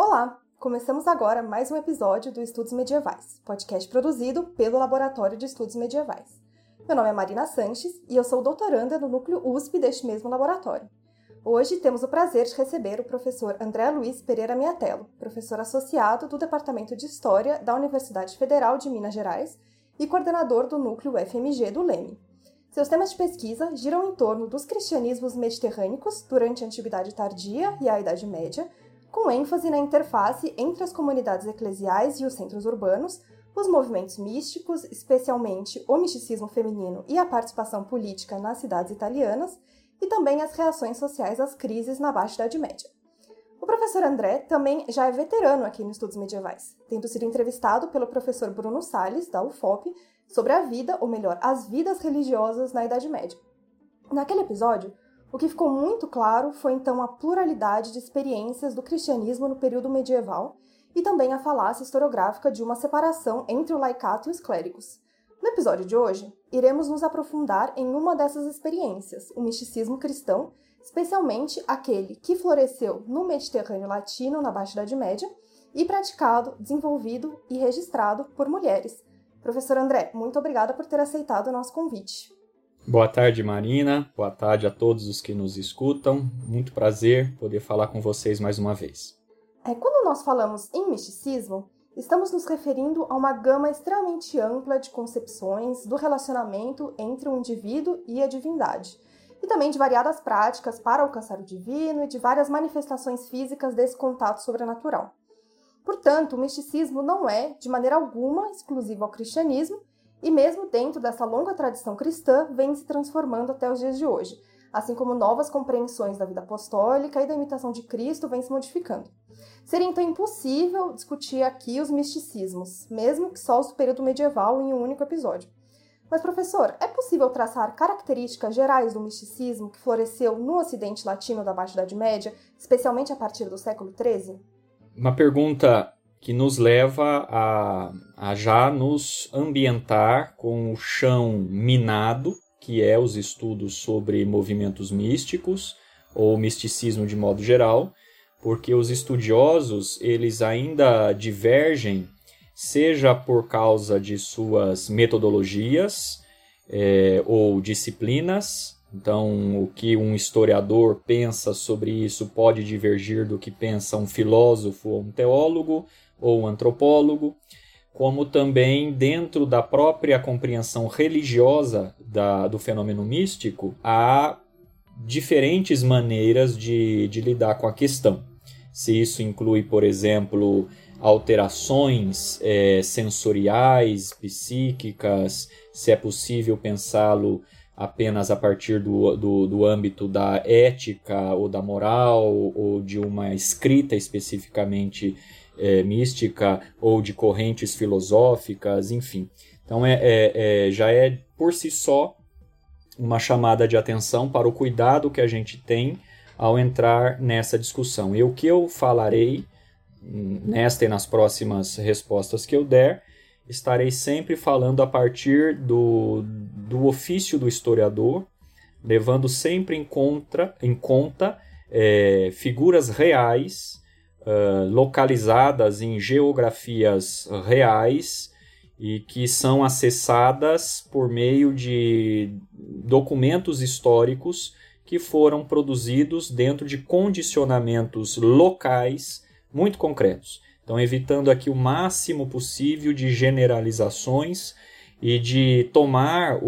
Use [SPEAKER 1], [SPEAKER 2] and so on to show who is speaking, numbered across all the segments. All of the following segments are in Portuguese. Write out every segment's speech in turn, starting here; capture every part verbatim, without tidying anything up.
[SPEAKER 1] Olá! Começamos agora mais um episódio do Estudos Medievais, podcast produzido pelo Laboratório de Estudos Medievais. Meu nome é Marina Sanches e eu sou doutoranda no núcleo U S P deste mesmo laboratório. Hoje temos o prazer de receber o professor André Luiz Pereira Miatello, professor associado do Departamento de História da Universidade Federal de Minas Gerais e coordenador do núcleo F M G do Leme. Seus temas de pesquisa giram em torno dos cristianismos mediterrânicos durante a Antiguidade Tardia e a Idade Média, com ênfase na interface entre as comunidades eclesiais e os centros urbanos, os movimentos místicos, especialmente o misticismo feminino e a participação política nas cidades italianas, e também as reações sociais às crises na Baixa Idade Média. O professor André também já é veterano aqui no Estudos Medievais, tendo sido entrevistado pelo professor Bruno Salles, da U F O P, sobre a vida, ou melhor, as vidas religiosas na Idade Média. Naquele episódio, o que ficou muito claro foi então a pluralidade de experiências do cristianismo no período medieval e também a falácia historiográfica de uma separação entre o laicato e os clérigos. No episódio de hoje, iremos nos aprofundar em uma dessas experiências, o misticismo cristão, especialmente aquele que floresceu no Mediterrâneo Latino na Baixa Idade Média e praticado, desenvolvido e registrado por mulheres. Professor André, muito obrigada por ter aceitado o nosso convite.
[SPEAKER 2] Boa tarde, Marina. Boa tarde a todos os que nos escutam. Muito prazer poder falar com vocês mais uma vez.
[SPEAKER 1] É, quando nós falamos em misticismo, estamos nos referindo a uma gama extremamente ampla de concepções do relacionamento entre o indivíduo e a divindade, e também de variadas práticas para alcançar o divino e de várias manifestações físicas desse contato sobrenatural. Portanto, o misticismo não é, de maneira alguma, exclusivo ao cristianismo, e mesmo dentro dessa longa tradição cristã, vem se transformando até os dias de hoje, assim como novas compreensões da vida apostólica e da imitação de Cristo vêm se modificando. Seria então impossível discutir aqui os misticismos, mesmo que só o período medieval em um único episódio. Mas, professor, é possível traçar características gerais do misticismo que floresceu no Ocidente Latino da Baixa Idade Média, especialmente a partir do século treze?
[SPEAKER 2] Uma pergunta que nos leva a, a já nos ambientar com o chão minado, que é os estudos sobre movimentos místicos, ou misticismo de modo geral, porque os estudiosos eles ainda divergem, seja por causa de suas metodologias é, ou disciplinas. Então, o que um historiador pensa sobre isso pode divergir do que pensa um filósofo ou um teólogo ou um antropólogo, como também dentro da própria compreensão religiosa da, do fenômeno místico, há diferentes maneiras de, de lidar com a questão. Se isso inclui, por exemplo, alterações é, sensoriais, psíquicas, se é possível pensá-lo apenas a partir do, do, do âmbito da ética ou da moral ou de uma escrita especificamente é, mística ou de correntes filosóficas, enfim. Então é, é, é, já é por si só uma chamada de atenção para o cuidado que a gente tem ao entrar nessa discussão. E o que eu falarei nesta e nas próximas respostas que eu der, estarei sempre falando a partir do, do ofício do historiador, levando sempre em conta, em conta é, figuras reais, uh, localizadas em geografias reais e que são acessadas por meio de documentos históricos que foram produzidos dentro de condicionamentos locais muito concretos. Então, evitando aqui o máximo possível de generalizações e de tomar o,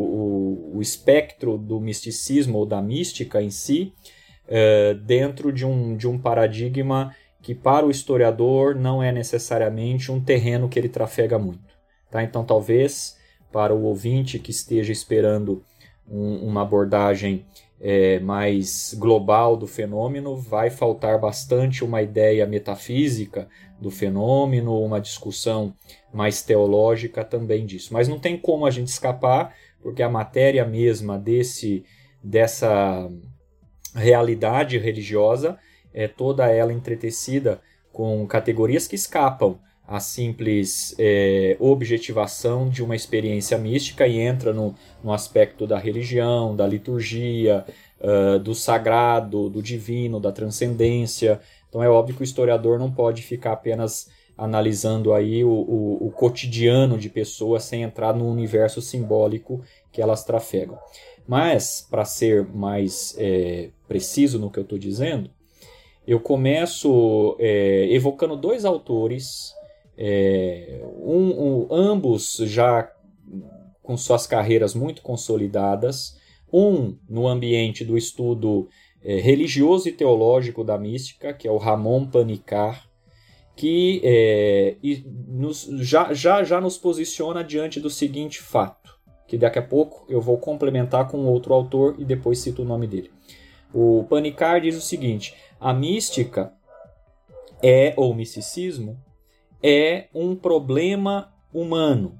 [SPEAKER 2] o, o espectro do misticismo ou da mística em si uh, dentro de um, de um paradigma que para o historiador não é necessariamente um terreno que ele trafega muito. Tá? Então, talvez para o ouvinte que esteja esperando um, uma abordagem É, mais global do fenômeno, vai faltar bastante uma ideia metafísica do fenômeno, uma discussão mais teológica também disso. Mas não tem como a gente escapar, porque a matéria mesma desse, dessa realidade religiosa é toda ela entretecida com categorias que escapam a simples é, objetivação de uma experiência mística e entra no, no aspecto da religião, da liturgia, uh, do sagrado, do divino, da transcendência. Então é óbvio que o historiador não pode ficar apenas analisando aí o, o, o cotidiano de pessoas sem entrar no universo simbólico que elas trafegam. Mas, para ser mais é, preciso no que eu estou dizendo, eu começo é, evocando dois autores, é, um, um, ambos já com suas carreiras muito consolidadas, um no ambiente do estudo é, religioso e teológico da mística, que é o Ramon Panikkar, que é, e nos, já, já, já nos posiciona diante do seguinte fato, que daqui a pouco eu vou complementar com outro autor e depois cito o nome dele. O Panikkar diz o seguinte: a mística é, ou misticismo, é um problema humano.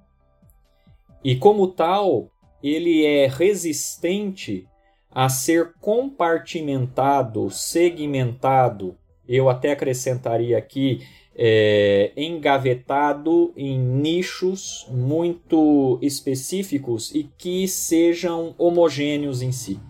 [SPEAKER 2] E como tal, ele é resistente a ser compartimentado, segmentado, eu até acrescentaria aqui, é, engavetado em nichos muito específicos e que sejam homogêneos em si.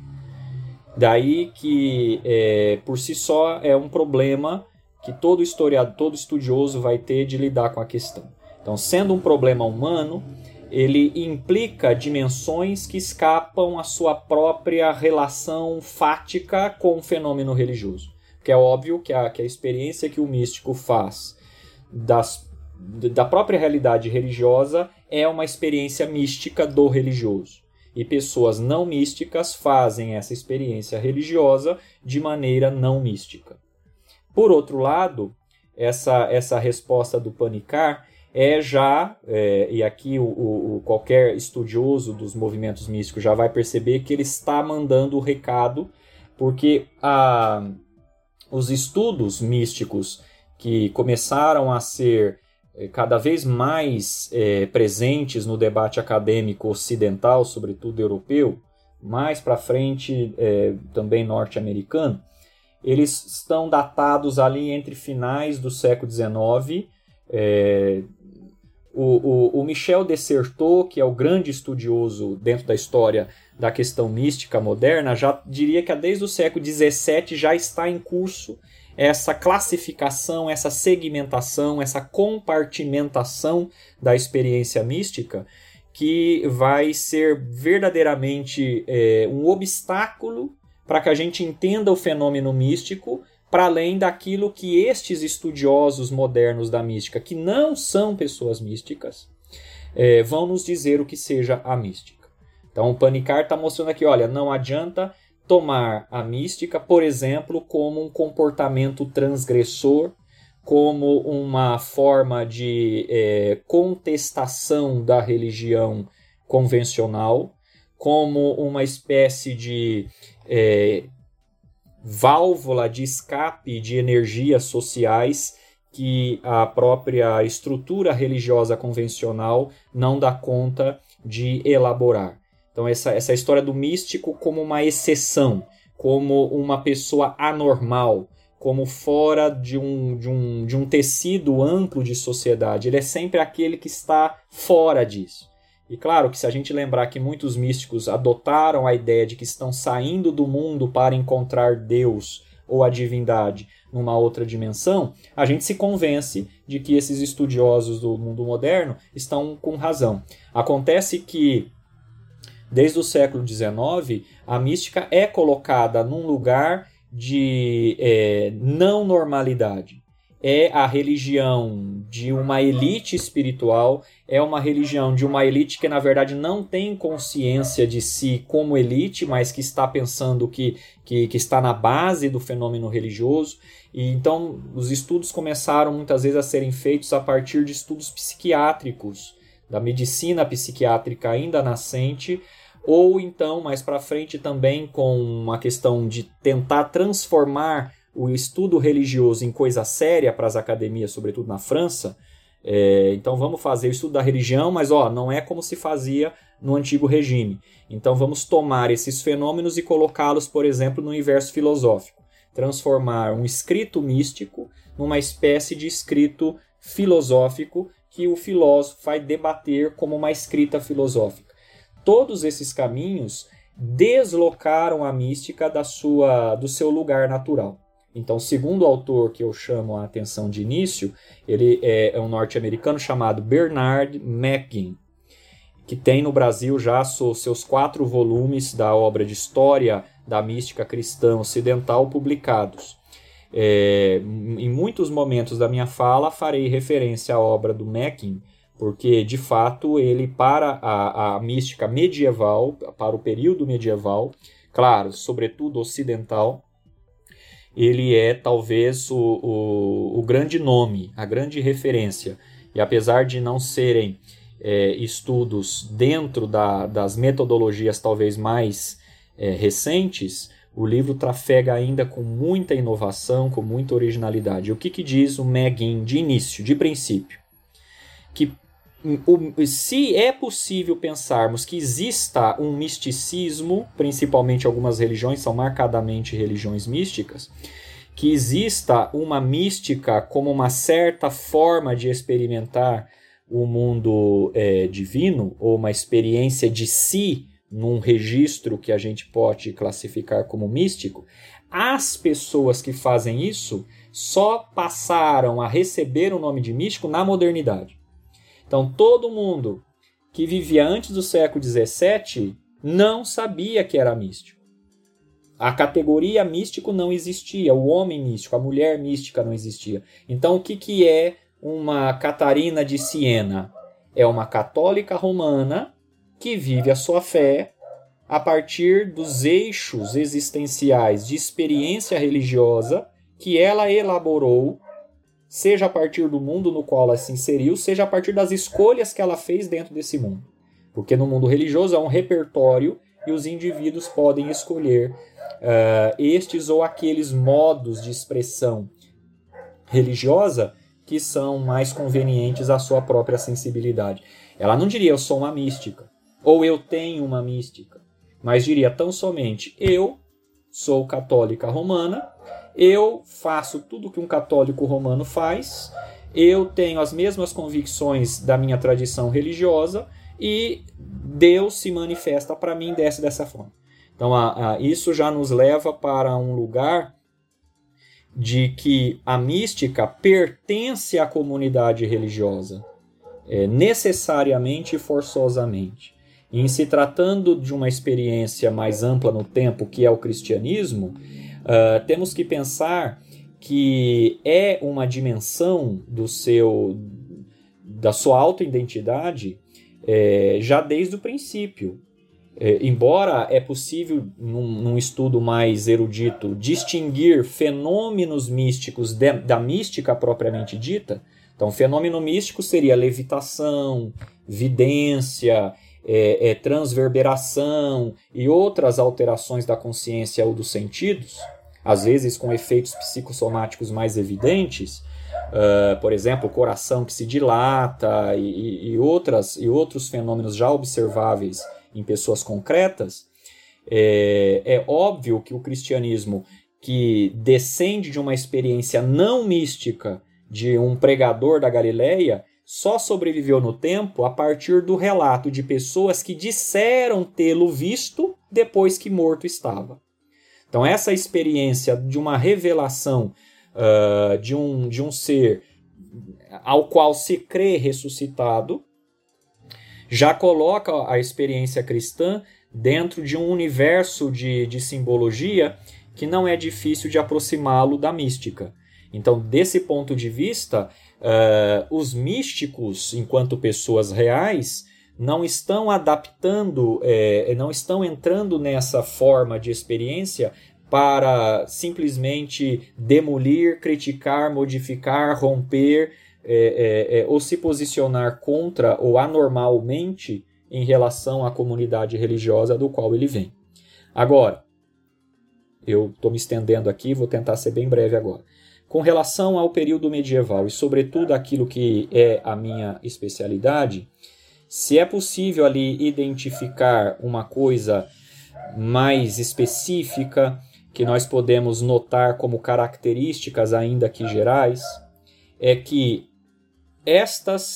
[SPEAKER 2] Daí que, é, por si só, é um problema que todo historiador, todo estudioso vai ter de lidar com a questão. Então, sendo um problema humano, ele implica dimensões que escapam à sua própria relação fática com o fenômeno religioso. Porque é óbvio que a, que a experiência que o místico faz das, da própria realidade religiosa é uma experiência mística do religioso. E pessoas não místicas fazem essa experiência religiosa de maneira não mística. Por outro lado, essa, essa resposta do Panikkar é já, é, e aqui o, o, qualquer estudioso dos movimentos místicos já vai perceber que ele está mandando o recado, porque a, os estudos místicos que começaram a ser cada vez mais é, presentes no debate acadêmico ocidental, sobretudo europeu, mais para frente é, também norte-americano, eles estão datados ali entre finais do século dezenove. É, o, o, o Michel de Certeau, que é o grande estudioso dentro da história da questão mística moderna, já diria que desde o século dezessete já está em curso essa classificação, essa segmentação, essa compartimentação da experiência mística, que vai ser verdadeiramente é, um obstáculo para que a gente entenda o fenômeno místico, para além daquilo que estes estudiosos modernos da mística, que não são pessoas místicas, é, vão nos dizer o que seja a mística. Então o Panikkar está mostrando aqui, olha, não adianta tomar a mística, por exemplo, como um comportamento transgressor, como uma forma de é, contestação da religião convencional, como uma espécie de é, válvula de escape de energias sociais que a própria estrutura religiosa convencional não dá conta de elaborar. Então essa, essa história do místico como uma exceção, como uma pessoa anormal, como fora de um, de um, de um tecido amplo de sociedade. Ele é sempre aquele que está fora disso. E claro que se a gente lembrar que muitos místicos adotaram a ideia de que estão saindo do mundo para encontrar Deus ou a divindade numa outra dimensão, a gente se convence de que esses estudiosos do mundo moderno estão com razão. Acontece que desde o século dezenove, a mística é colocada num lugar de é, não normalidade. É a religião de uma elite espiritual, é uma religião de uma elite que, na verdade, não tem consciência de si como elite, mas que está pensando que, que, que está na base do fenômeno religioso. E então, os estudos começaram muitas vezes a serem feitos a partir de estudos psiquiátricos, da medicina psiquiátrica ainda nascente, ou então, mais para frente também com uma questão de tentar transformar o estudo religioso em coisa séria para as academias, sobretudo na França. É, então vamos fazer o estudo da religião, mas ó, não é como se fazia no antigo regime. Então vamos tomar esses fenômenos e colocá-los, por exemplo, no universo filosófico. Transformar um escrito místico numa espécie de escrito filosófico que o filósofo vai debater como uma escrita filosófica. Todos esses caminhos deslocaram a mística da sua, do seu lugar natural. Então, segundo o autor que eu chamo a atenção de início, ele é, é um norte-americano chamado Bernard McGinn, que tem no Brasil já seus quatro volumes da obra de História da Mística Cristã Ocidental publicados. É, em muitos momentos da minha fala farei referência à obra do McGinn, porque, de fato, ele, para a, a mística medieval, para o período medieval, claro, sobretudo ocidental, ele é talvez o, o, o grande nome, a grande referência. E apesar de não serem é, estudos dentro da, das metodologias talvez mais é, recentes, o livro trafega ainda com muita inovação, com muita originalidade. O que, que diz o McGinn de início, de princípio? Que o, se é possível pensarmos que exista um misticismo, principalmente algumas religiões são marcadamente religiões místicas, que exista uma mística como uma certa forma de experimentar o mundo é, divino, ou uma experiência de si num registro que a gente pode classificar como místico, as pessoas que fazem isso só passaram a receber o nome de místico na modernidade. Então, todo mundo que vivia antes do século dezessete não sabia que era místico. A categoria místico não existia, o homem místico, a mulher mística não existia. Então, o que, que é uma Catarina de Siena? É uma católica romana que vive a sua fé a partir dos eixos existenciais de experiência religiosa que ela elaborou, seja a partir do mundo no qual ela se inseriu, seja a partir das escolhas que ela fez dentro desse mundo. Porque no mundo religioso é um repertório e os indivíduos podem escolher uh, estes ou aqueles modos de expressão religiosa que são mais convenientes à sua própria sensibilidade. Ela não diria eu sou uma mística, ou eu tenho uma mística, mas diria tão somente eu sou católica romana, eu faço tudo o que um católico romano faz, eu tenho as mesmas convicções da minha tradição religiosa e Deus se manifesta para mim dessa, dessa forma. Então, a, a, isso já nos leva para um lugar de que a mística pertence à comunidade religiosa, é, necessariamente e forçosamente. E em se tratando de uma experiência mais ampla no tempo, que é o cristianismo, uh, temos que pensar que é uma dimensão do seu, da sua autoidentidade é, já desde o princípio. É, embora é possível, num, num estudo mais erudito, distinguir fenômenos místicos de, da mística propriamente dita, então fenômeno místico seria levitação, vidência, é, é, transverberação e outras alterações da consciência ou dos sentidos, às vezes com efeitos psicossomáticos mais evidentes, uh, por exemplo, o coração que se dilata e, e, outras, e outros fenômenos já observáveis em pessoas concretas, é, é óbvio que o cristianismo, que descende de uma experiência não mística de um pregador da Galileia, só sobreviveu no tempo a partir do relato de pessoas que disseram tê-lo visto depois que morto estava. Então essa experiência de uma revelação uh, de, um, de um ser ao qual se crê ressuscitado, já coloca a experiência cristã dentro de um universo de, de simbologia que não é difícil de aproximá-lo da mística. Então, desse ponto de vista, uh, os místicos, enquanto pessoas reais, não estão adaptando, é, não estão entrando nessa forma de experiência para simplesmente demolir, criticar, modificar, romper, É, é, é, ou se posicionar contra ou anormalmente em relação à comunidade religiosa do qual ele vem. Agora, eu estou me estendendo aqui, vou tentar ser bem breve agora. Com relação ao período medieval e sobretudo aquilo que é a minha especialidade, se é possível ali identificar uma coisa mais específica que nós podemos notar como características ainda que gerais, é que estas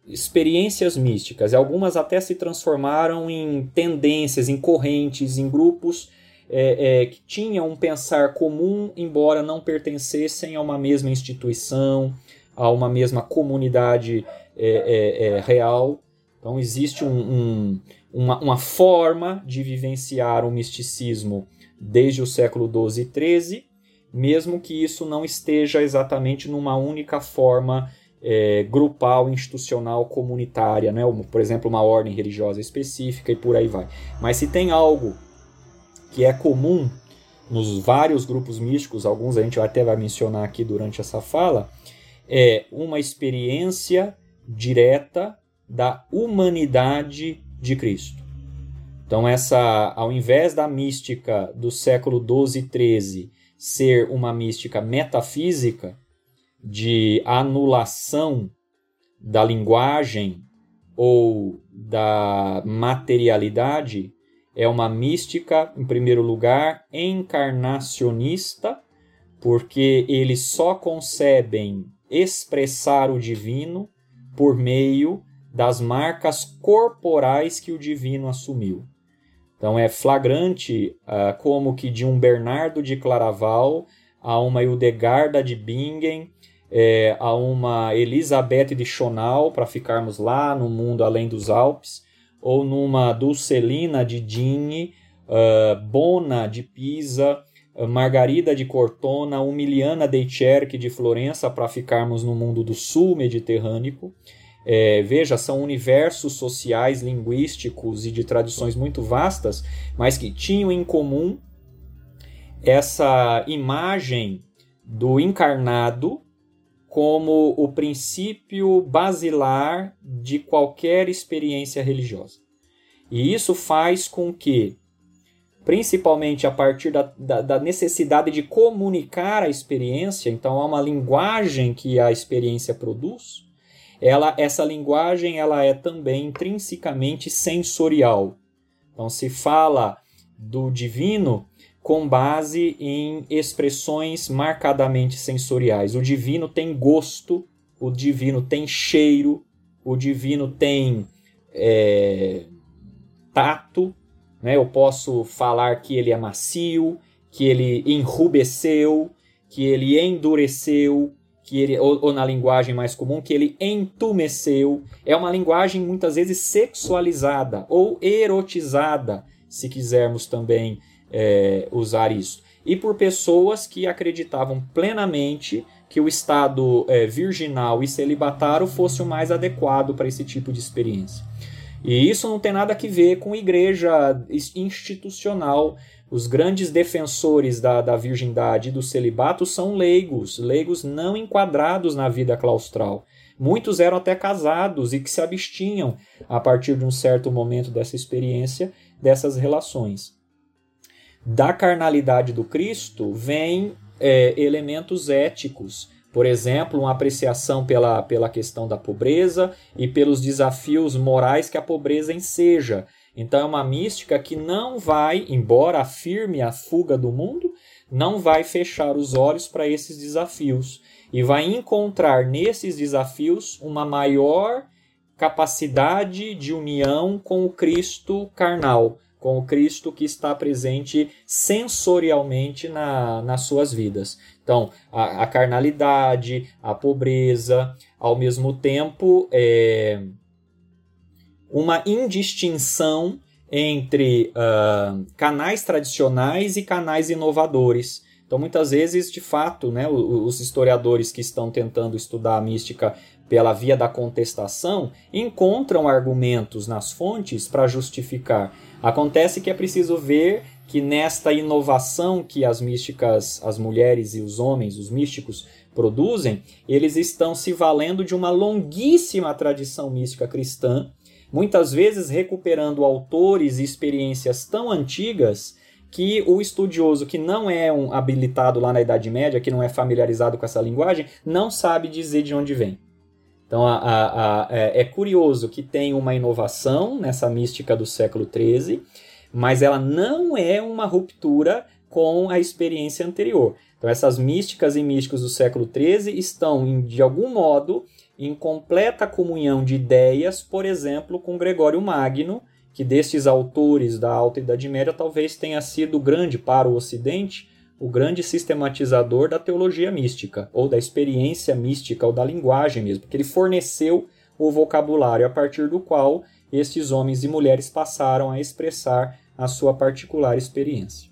[SPEAKER 2] experiências místicas, e algumas até se transformaram em tendências, em correntes, em grupos é, é, que tinham um pensar comum, embora não pertencessem a uma mesma instituição, a uma mesma comunidade é, é, é, real. Então existe um, um, uma, uma forma de vivenciar o misticismo desde o século doze e treze, mesmo que isso não esteja exatamente numa única forma é, grupal, institucional, comunitária, né? Por exemplo, uma ordem religiosa específica e por aí vai. Mas se tem algo que é comum nos vários grupos místicos, alguns a gente até vai mencionar aqui durante essa fala, é uma experiência direta da humanidade de Cristo. Então, essa, ao invés da mística do século doze e treze ser uma mística metafísica, de anulação da linguagem ou da materialidade, é uma mística, em primeiro lugar, encarnacionista, porque eles só concebem expressar o divino por meio das marcas corporais que o divino assumiu. Então é flagrante uh, como que de um Bernardo de Claraval a uma Hildegarda de Bingen, é, a uma Elizabeth de Schonau, para ficarmos lá no mundo além dos Alpes, ou numa Dulcelina de Digne, uh, Bona de Pisa, uh, Margarida de Cortona, Umiliana Deicherche de Florença, para ficarmos no mundo do sul mediterrâneo. É, veja, são universos sociais, linguísticos e de tradições muito vastas, mas que tinham em comum essa imagem do encarnado como o princípio basilar de qualquer experiência religiosa. E isso faz com que, principalmente a partir da, da, da necessidade de comunicar a experiência, então há uma linguagem que a experiência produz, ela, essa linguagem ela é também intrinsecamente sensorial. Então se fala do divino com base em expressões marcadamente sensoriais. O divino tem gosto, o divino tem cheiro, o divino tem é, tato, né? Eu posso falar que ele é macio, que ele enrubesceu, que ele endureceu, que ele, ou, ou na linguagem mais comum, que ele entumeceu. É uma linguagem muitas vezes sexualizada ou erotizada, se quisermos também É, usar isso. E por pessoas que acreditavam plenamente que o estado é, virginal e celibatário fosse o mais adequado para esse tipo de experiência. E isso não tem nada a ver com igreja institucional. Os grandes defensores da, da virgindade e do celibato são leigos, leigos não enquadrados na vida claustral. Muitos eram até casados e que se abstinham, a partir de um certo momento dessa experiência, dessas relações. Da carnalidade do Cristo vem é, elementos éticos, por exemplo, uma apreciação pela, pela questão da pobreza e pelos desafios morais que a pobreza enseja. Então é uma mística que não vai, embora afirme a fuga do mundo, não vai fechar os olhos para esses desafios e vai encontrar nesses desafios uma maior capacidade de união com o Cristo carnal, com o Cristo que está presente sensorialmente na, nas suas vidas. Então, a, a carnalidade, a pobreza, ao mesmo tempo, é uma indistinção entre uh, canais tradicionais e canais inovadores. Então, muitas vezes, de fato, né, os historiadores que estão tentando estudar a mística pela via da contestação encontram argumentos nas fontes para justificar. Acontece que é preciso ver que nesta inovação que as místicas, as mulheres e os homens, os místicos, produzem, eles estão se valendo de uma longuíssima tradição mística cristã, muitas vezes recuperando autores e experiências tão antigas que o estudioso que não é um habilitado lá na Idade Média, que não é familiarizado com essa linguagem, não sabe dizer de onde vem. Então a, a, a, é curioso que tem uma inovação nessa mística do século treze, mas ela não é uma ruptura com a experiência anterior. Então essas místicas e místicos do século treze estão, de algum modo, em completa comunhão de ideias, por exemplo, com Gregório Magno, que destes autores da Alta Idade Média talvez tenha sido grande para o Ocidente, o grande sistematizador da teologia mística, ou da experiência mística, ou da linguagem mesmo, porque ele forneceu o vocabulário a partir do qual estes homens e mulheres passaram a expressar a sua particular experiência.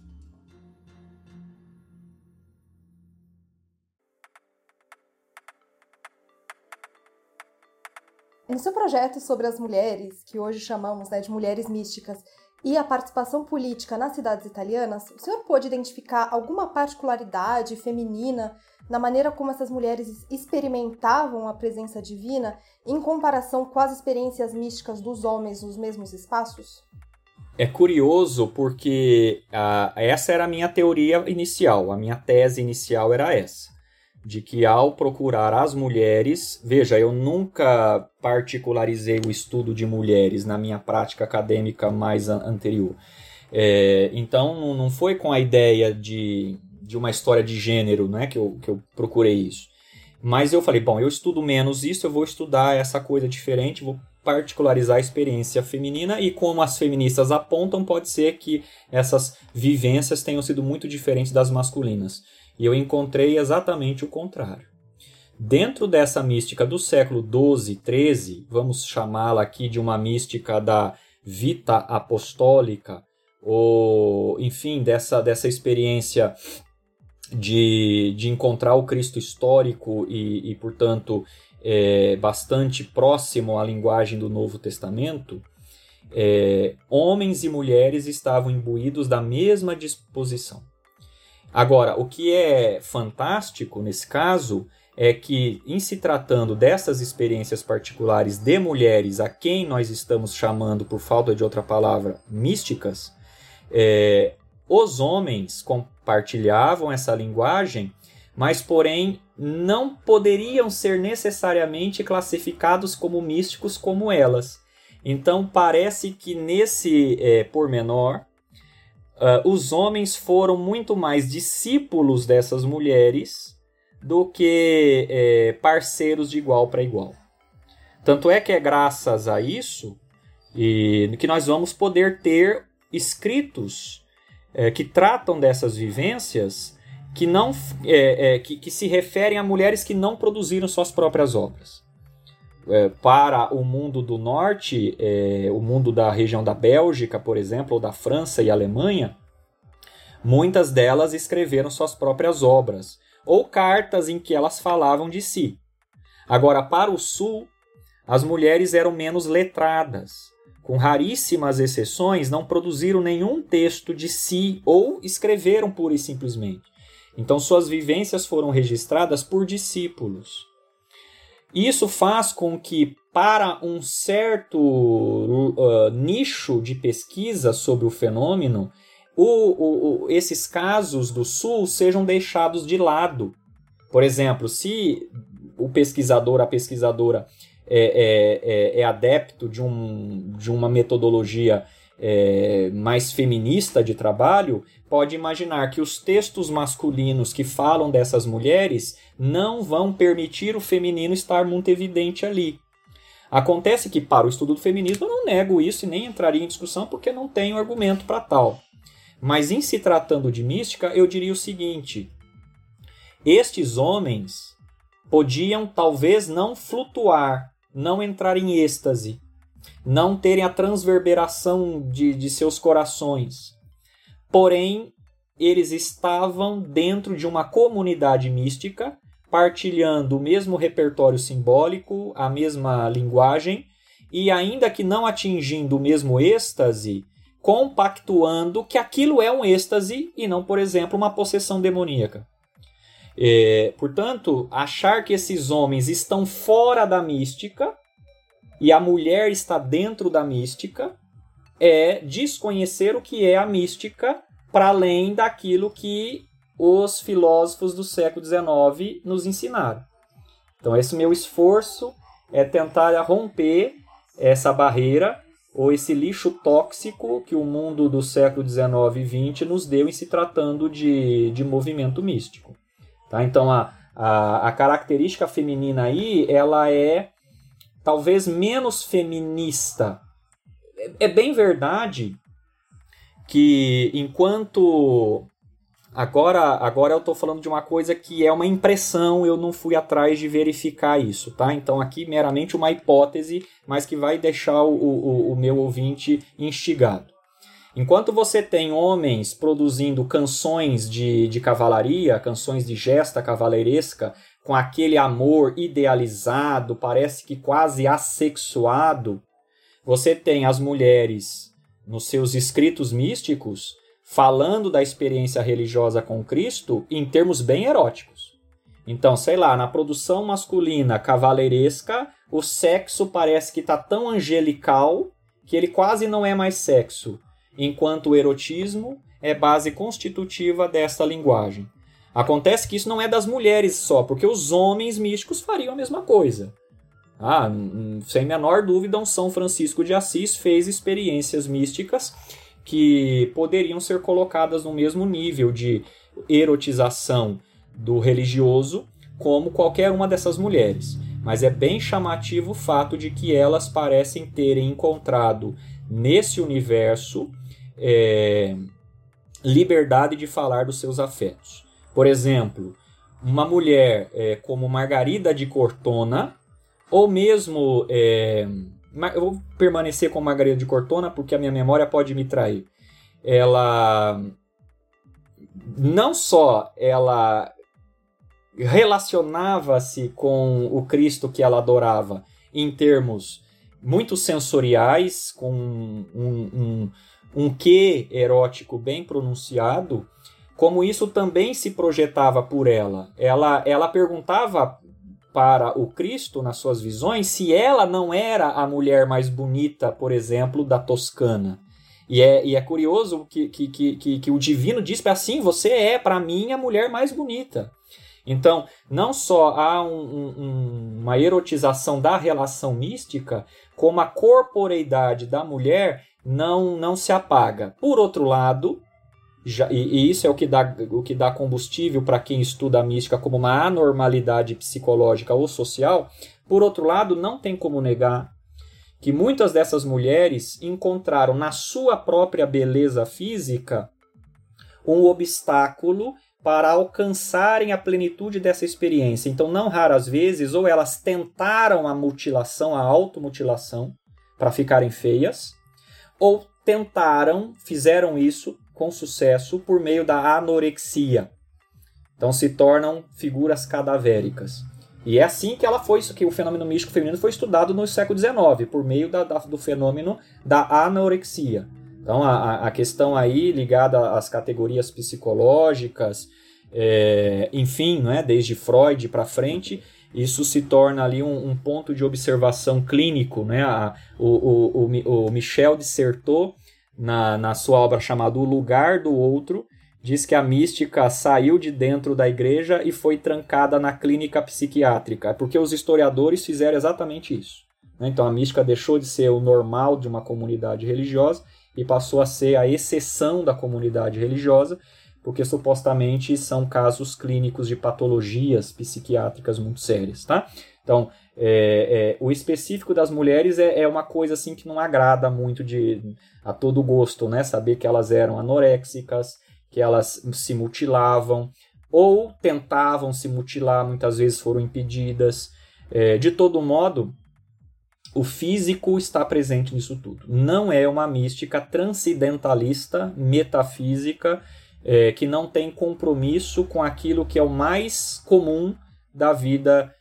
[SPEAKER 1] No seu projeto sobre as mulheres, que hoje chamamos, né, de mulheres místicas, e a participação política nas cidades italianas, o senhor pôde identificar alguma particularidade feminina na maneira como essas mulheres experimentavam a presença divina em comparação com as experiências místicas dos homens nos mesmos espaços?
[SPEAKER 2] É curioso porque ah, essa era a minha teoria inicial, a minha tese inicial era essa, de que ao procurar as mulheres, veja, eu nunca particularizei o estudo de mulheres na minha prática acadêmica mais an- anterior. É, então não foi com a ideia de, de uma história de gênero, né, que, eu, que eu procurei isso. Mas eu falei, bom, eu estudo menos isso, eu vou estudar essa coisa diferente, vou particularizar a experiência feminina e como as feministas apontam, pode ser que essas vivências tenham sido muito diferentes das masculinas. E eu encontrei exatamente o contrário. Dentro dessa mística do século doze, treze, vamos chamá-la aqui de uma mística da vita apostólica, ou, enfim, dessa, dessa experiência de, de encontrar o Cristo histórico e, e portanto, é, bastante próximo à linguagem do Novo Testamento, é, homens e mulheres estavam imbuídos da mesma disposição. Agora, o que é fantástico nesse caso é que, em se tratando dessas experiências particulares de mulheres a quem nós estamos chamando, por falta de outra palavra, místicas, é, os homens compartilhavam essa linguagem, mas, porém, não poderiam ser necessariamente classificados como místicos como elas. Então, parece que nesse é, pormenor, Uh, os homens foram muito mais discípulos dessas mulheres do que é, parceiros de igual para igual. Tanto é que é graças a isso e, que nós vamos poder ter escritos é, que tratam dessas vivências que, não, é, é, que, que se referem a mulheres que não produziram suas próprias obras. É, para o mundo do norte, é, o mundo da região da Bélgica, por exemplo, ou da França e Alemanha, muitas delas escreveram suas próprias obras, ou cartas em que elas falavam de si. Agora, para o sul, as mulheres eram menos letradas. Com raríssimas exceções, não produziram nenhum texto de si ou escreveram pura e simplesmente. Então, suas vivências foram registradas por discípulos. Isso faz com que, para um certo uh, nicho de pesquisa sobre o fenômeno, o, o, o, esses casos do Sul sejam deixados de lado. Por exemplo, se o pesquisador, a pesquisadora, é, é, é adepto de, um, de uma metodologia é, mais feminista de trabalho, pode imaginar que os textos masculinos que falam dessas mulheres não vão permitir o feminino estar muito evidente ali. Acontece que, para o estudo do feminismo, eu não nego isso e nem entraria em discussão porque não tenho argumento para tal. Mas, em se tratando de mística, eu diria o seguinte: estes homens podiam talvez não flutuar, não entrar em êxtase, não terem a transverberação de, de seus corações. Porém, eles estavam dentro de uma comunidade mística, partilhando o mesmo repertório simbólico, a mesma linguagem, e ainda que não atingindo o mesmo êxtase, compactuando que aquilo é um êxtase e não, por exemplo, uma possessão demoníaca. É, portanto, achar que esses homens estão fora da mística e a mulher está dentro da mística é desconhecer o que é a mística para além daquilo que os filósofos do século dezenove nos ensinaram. Então, esse meu esforço é tentar romper essa barreira ou esse lixo tóxico que o mundo do século dezenove e vinte nos deu em se tratando de, de movimento místico. Tá? Então, a, a, a característica feminina aí, ela é talvez menos feminista. É, é bem verdade que enquanto... Agora, agora eu estou falando de uma coisa que é uma impressão, eu não fui atrás de verificar isso, tá? Então aqui meramente uma hipótese, mas que vai deixar o, o, o meu ouvinte instigado. Enquanto você tem homens produzindo canções de, de cavalaria, canções de gesta cavaleiresca, com aquele amor idealizado, parece que quase assexuado, você tem as mulheres nos seus escritos místicos falando da experiência religiosa com Cristo em termos bem eróticos. Então, sei lá, na produção masculina cavaleiresca, o sexo parece que está tão angelical que ele quase não é mais sexo, enquanto o erotismo é base constitutiva desta linguagem. Acontece que isso não é das mulheres só, porque os homens místicos fariam a mesma coisa. Ah, sem menor dúvida, um São Francisco de Assis fez experiências místicas que poderiam ser colocadas no mesmo nível de erotização do religioso como qualquer uma dessas mulheres. Mas é bem chamativo o fato de que elas parecem terem encontrado nesse universo é, liberdade de falar dos seus afetos. Por exemplo, uma mulher é, como Margarida de Cortona, ou mesmo... É, eu vou permanecer com Margarida de Cortona porque a minha memória pode me trair. Ela não só ela relacionava-se com o Cristo que ela adorava em termos muito sensoriais, com um, um, um quê erótico bem pronunciado, como isso também se projetava por ela. Ela, ela perguntava para o Cristo, nas suas visões, se ela não era a mulher mais bonita, por exemplo, da Toscana. E é, e é curioso que, que, que, que, que o divino diz para assim, você é, para mim, a mulher mais bonita. Então, não só há um, um, uma erotização da relação mística, como a corporeidade da mulher não, não se apaga. Por outro lado, Já, e, e isso é o que dá, o que dá combustível para quem estuda a mística como uma anormalidade psicológica ou social. Por outro lado, não tem como negar que muitas dessas mulheres encontraram na sua própria beleza física um obstáculo para alcançarem a plenitude dessa experiência. Então, não raras vezes, ou elas tentaram a mutilação, a automutilação, para ficarem feias, ou tentaram, fizeram isso com sucesso por meio da anorexia. Então se tornam figuras cadavéricas. E é assim que ela foi, que o fenômeno místico feminino foi estudado no século dezenove, por meio da, da, do fenômeno da anorexia. Então a, a questão aí ligada às categorias psicológicas, é, enfim, né, desde Freud para frente, isso se torna ali um, um ponto de observação clínico. Né? A, o, o, o, o Michel de Certeau, Na, na sua obra chamada O Lugar do Outro, diz que a mística saiu de dentro da igreja e foi trancada na clínica psiquiátrica, porque os historiadores fizeram exatamente isso. Então a mística deixou de ser o normal de uma comunidade religiosa e passou a ser a exceção da comunidade religiosa, porque supostamente são casos clínicos de patologias psiquiátricas muito sérias. Tá? Então, É, é, o específico das mulheres é, é uma coisa assim que não agrada muito de, a todo gosto, né? Saber que elas eram anoréxicas, que elas se mutilavam ou tentavam se mutilar, muitas vezes foram impedidas. É, de todo modo, o físico está presente nisso tudo. Não é uma mística transcendentalista, metafísica, é, que não tem compromisso com aquilo que é o mais comum da vida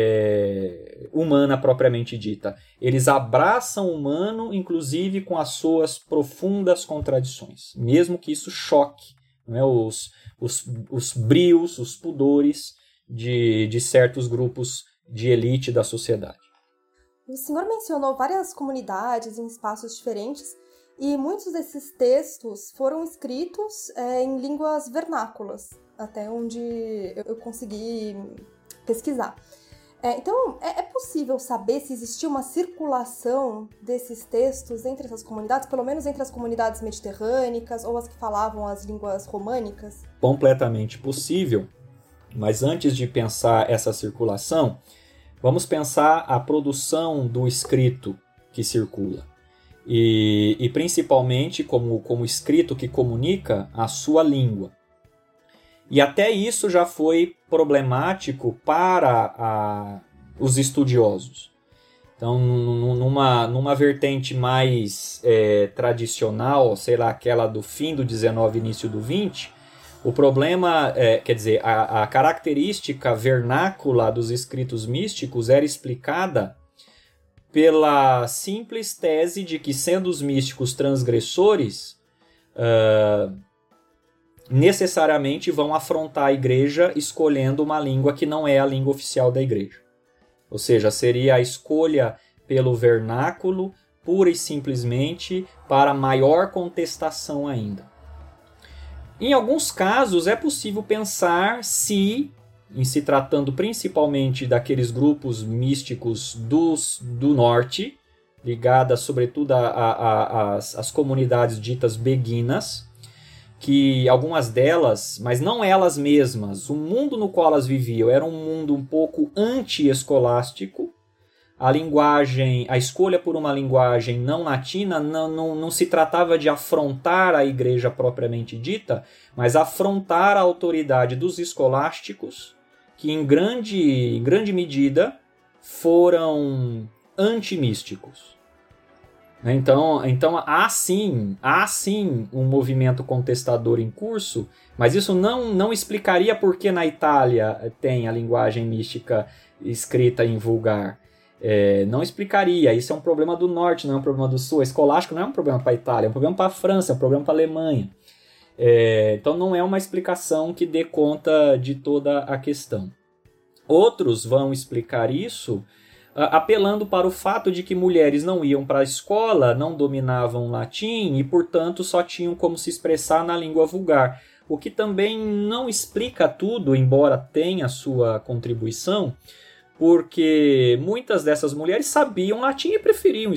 [SPEAKER 2] É, humana propriamente dita. Eles abraçam o humano, inclusive com as suas profundas contradições, mesmo que isso choque, né, os, os, os brios, os pudores de, de certos grupos de elite da sociedade.
[SPEAKER 1] O senhor mencionou várias comunidades em espaços diferentes e muitos desses textos foram escritos é, em línguas vernáculas, até onde eu consegui pesquisar. É, então, é, é possível saber se existia uma circulação desses textos entre essas comunidades, pelo menos entre as comunidades mediterrânicas ou as que falavam as línguas românicas?
[SPEAKER 2] Completamente possível, Mas antes de pensar essa circulação, vamos pensar a produção do escrito que circula. E, e principalmente como, como escrito que comunica a sua língua. E até isso já foi problemático para a, os estudiosos. Então, numa, numa vertente mais é, tradicional, sei lá, aquela do fim do dezenove, início do vinte, o problema, é, quer dizer, a, a característica vernácula dos escritos místicos era explicada pela simples tese de que, sendo os místicos transgressores, uh, necessariamente vão afrontar a igreja escolhendo uma língua que não é a língua oficial da igreja. Ou seja, seria a escolha pelo vernáculo, pura e simplesmente, para maior contestação ainda. Em alguns casos, é possível pensar se, em se tratando principalmente daqueles grupos místicos dos, do norte, ligadas sobretudo às comunidades ditas beguinas, que algumas delas, mas não elas mesmas, o mundo no qual elas viviam era um mundo um pouco anti-escolástico. A linguagem, a escolha por uma linguagem não latina não, não, não se tratava de afrontar a igreja propriamente dita, mas afrontar a autoridade dos escolásticos, que em grande, em grande medida foram antimísticos. Então, então há, sim, há sim um movimento contestador em curso, mas isso não, não explicaria por que na Itália tem a linguagem mística escrita em vulgar. É, não explicaria. Isso é um problema do norte, não é um problema do sul. Escolástico não é um problema para a Itália, é um problema para a França, é um problema para a Alemanha. É, então não é uma explicação que dê conta de toda a questão. Outros vão explicar isso apelando para o fato de que mulheres não iam para a escola, não dominavam latim e, portanto, só tinham como se expressar na língua vulgar. O que também não explica tudo, embora tenha sua contribuição, porque muitas dessas mulheres sabiam latim e preferiam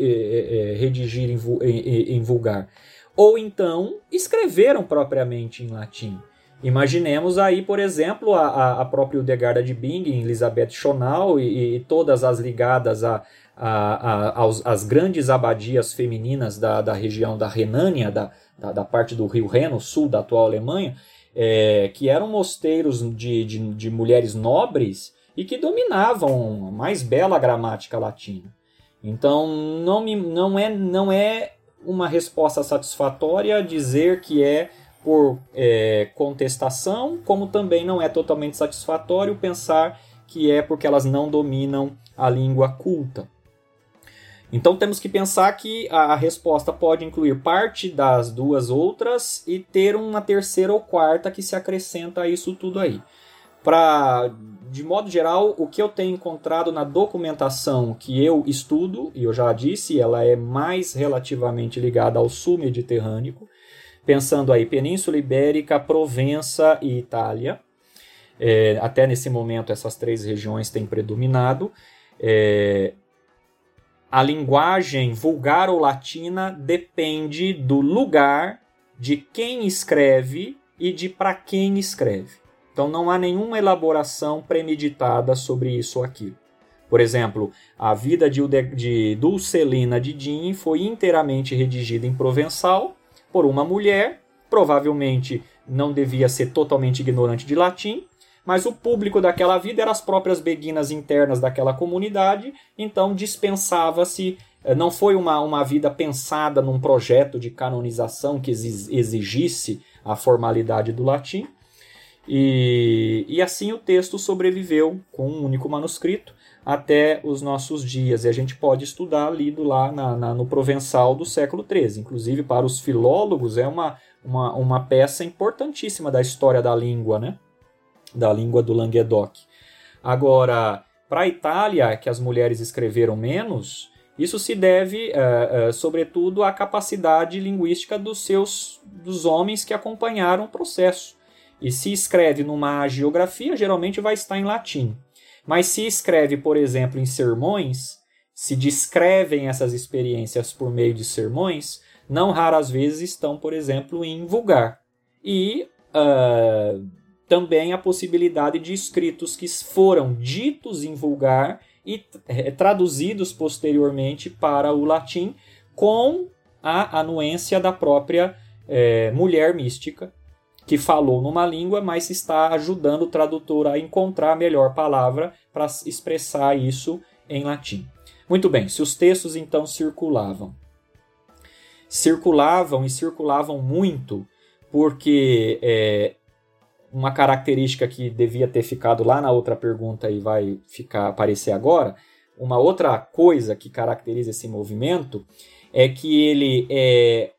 [SPEAKER 2] redigir em vulgar. Ou então escreveram propriamente em latim. Imaginemos aí, por exemplo, a, a própria Hildegarda de Bingen, Elisabeth Schonau e, e todas as ligadas a, a, a, aos, às grandes abadias femininas da, da região da Renânia, da, da, da parte do Rio Reno, sul da atual Alemanha, é, que eram mosteiros de, de, de mulheres nobres e que dominavam a mais bela gramática latina. Então, não, me, não, é, não é uma resposta satisfatória dizer que é por é, contestação, como também não é totalmente satisfatório pensar que é porque elas não dominam a língua culta. Então temos que pensar que a resposta pode incluir parte das duas outras e ter uma terceira ou quarta que se acrescenta a isso tudo aí. Pra, de modo geral, o que eu tenho encontrado na documentação que eu estudo, e eu já disse, ela é mais relativamente ligada ao sul mediterrâneo, pensando aí Península Ibérica, Provença e Itália. É, até nesse momento essas três regiões têm predominado. É, a linguagem vulgar ou latina depende do lugar, de quem escreve e de para quem escreve. Então não há nenhuma elaboração premeditada sobre isso ou aquilo. Por exemplo, a vida de, de Dulcelina de Digne foi inteiramente redigida em provençal, por uma mulher, provavelmente não devia ser totalmente ignorante de latim, mas o público daquela vida eram as próprias beguinas internas daquela comunidade, então dispensava-se, não foi uma, uma vida pensada num projeto de canonização que exigisse a formalidade do latim, e, e assim o texto sobreviveu com um único manuscrito até os nossos dias, e a gente pode estudar lido lá na, na, no Provençal do século treze. Inclusive, para os filólogos, é uma, uma, uma peça importantíssima da história da língua, né? Da língua do Languedoc. Agora, para a Itália, que as mulheres escreveram menos, isso se deve, uh, uh, sobretudo, à capacidade linguística dos, seus, dos homens que acompanharam o processo. E se escreve numa hagiografia, geralmente vai estar em latim. Mas se escreve, por exemplo, em sermões, se descrevem essas experiências por meio de sermões, não raras vezes estão, por exemplo, em vulgar. E uh, também a possibilidade de escritos que foram ditos em vulgar e é, traduzidos posteriormente para o latim com a anuência da própria é, mulher mística que falou numa língua, mas está ajudando o tradutor a encontrar a melhor palavra para expressar isso em latim. Muito bem, se os textos então circulavam, circulavam e circulavam muito, porque é, uma característica que devia ter ficado lá na outra pergunta e vai ficar, aparecer agora, uma outra coisa que caracteriza esse movimento é que ele é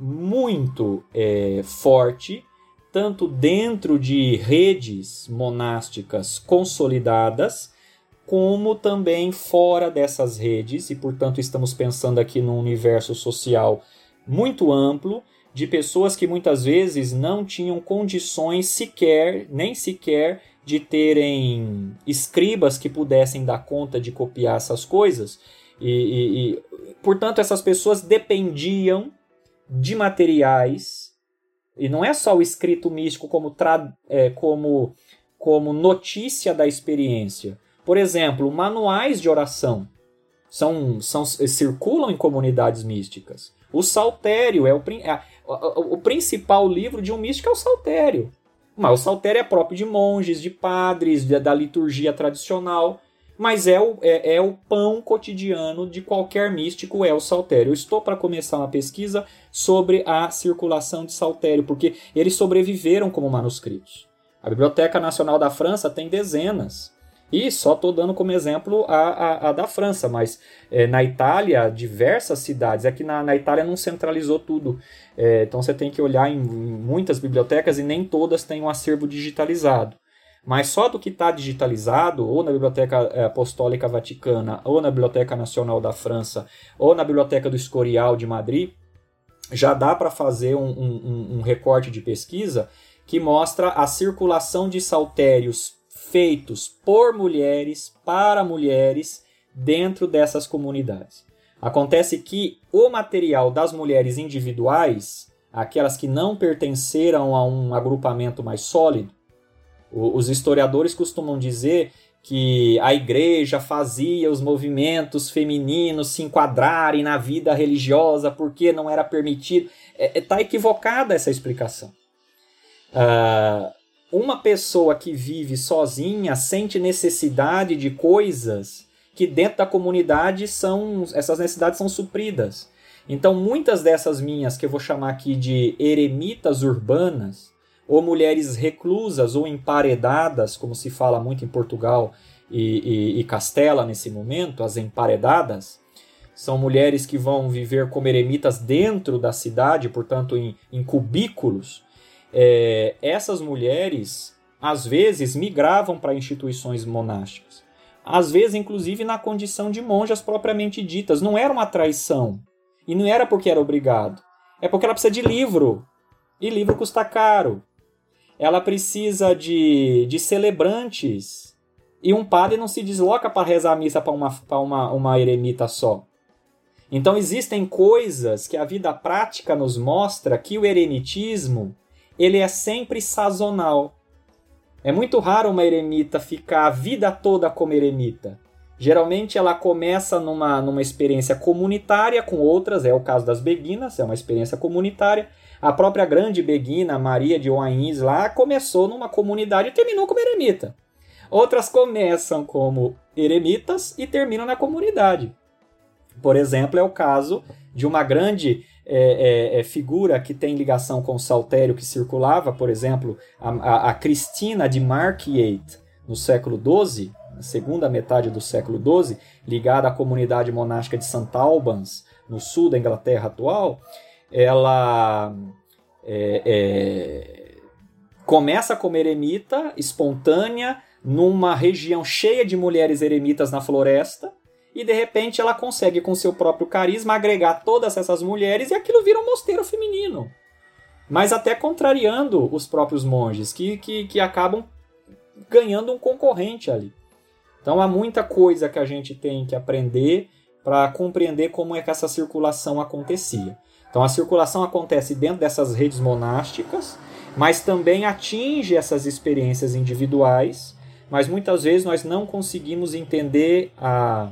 [SPEAKER 2] muito é, forte, tanto dentro de redes monásticas consolidadas, como também fora dessas redes, e portanto estamos pensando aqui num universo social muito amplo, de pessoas que muitas vezes não tinham condições sequer, nem sequer, de terem escribas que pudessem dar conta de copiar essas coisas, e, e, e portanto essas pessoas dependiam de materiais, e não é só o escrito místico como, tra, é, como, como notícia da experiência. Por exemplo, manuais de oração são, são, circulam em comunidades místicas. O saltério é o, é, o, o principal livro de um místico é o saltério. Mas o saltério é próprio de monges, de padres, de, da liturgia tradicional, mas é o, é, é o pão cotidiano de qualquer místico, é o saltério. Eu estou para começar uma pesquisa sobre a circulação de saltério, porque eles sobreviveram como manuscritos. A Biblioteca Nacional da França tem dezenas. E só estou dando como exemplo a, a, a da França, mas é, na Itália, diversas cidades. É que na, na Itália não centralizou tudo. É, então você tem que olhar em, em muitas bibliotecas e nem todas têm um acervo digitalizado. Mas só do que está digitalizado, ou na Biblioteca Apostólica Vaticana, ou na Biblioteca Nacional da França, ou na Biblioteca do Escorial de Madrid, já dá para fazer um, um, um recorte de pesquisa que mostra a circulação de saltérios feitos por mulheres, para mulheres, dentro dessas comunidades. Acontece que o material das mulheres individuais, aquelas que não pertenceram a um agrupamento mais sólido, os historiadores costumam dizer que a igreja fazia os movimentos femininos se enquadrarem na vida religiosa porque não era permitido. Está é, equivocada essa explicação. Uh, uma pessoa que vive sozinha sente necessidade de coisas que dentro da comunidade são, essas necessidades são supridas. Então muitas dessas minhas, que eu vou chamar aqui de eremitas urbanas, ou mulheres reclusas ou emparedadas, como se fala muito em Portugal e, e, e Castela nesse momento, as emparedadas, são mulheres que vão viver como eremitas dentro da cidade, portanto em, em cubículos. É, essas mulheres, às vezes, migravam para instituições monásticas. Às vezes, inclusive, na condição de monjas propriamente ditas. Não era uma traição. E não era porque era obrigado. É porque ela precisa de livro. E livro custa caro. Ela precisa de, de celebrantes. E um padre não se desloca para rezar a missa para uma, para uma, uma eremita só. Então existem coisas que a vida prática nos mostra que o eremitismo ele é sempre sazonal. É muito raro uma eremita ficar a vida toda como eremita. Geralmente ela começa numa, numa experiência comunitária com outras, é o caso das beguinas, é uma experiência comunitária. A própria grande beguina, Maria de Oains, lá começou numa comunidade e terminou como eremita. Outras começam como eremitas e terminam na comunidade. Por exemplo, é o caso de uma grande é, é, é, figura que tem ligação com o saltério que circulava, por exemplo, a, a, a Cristina de Marquiate, no século doze, na segunda metade do século doze, ligada à comunidade monástica de Saint Albans, no sul da Inglaterra atual. Ela é, é, começa como eremita espontânea numa região cheia de mulheres eremitas na floresta e de repente ela consegue com seu próprio carisma agregar todas essas mulheres e aquilo vira um mosteiro feminino, mas até contrariando os próprios monges que, que, que acabam ganhando um concorrente ali. Então há muita coisa que a gente tem que aprender para compreender como é que essa circulação acontecia. Então a circulação acontece dentro dessas redes monásticas, mas também atinge essas experiências individuais, mas muitas vezes nós não conseguimos entender a,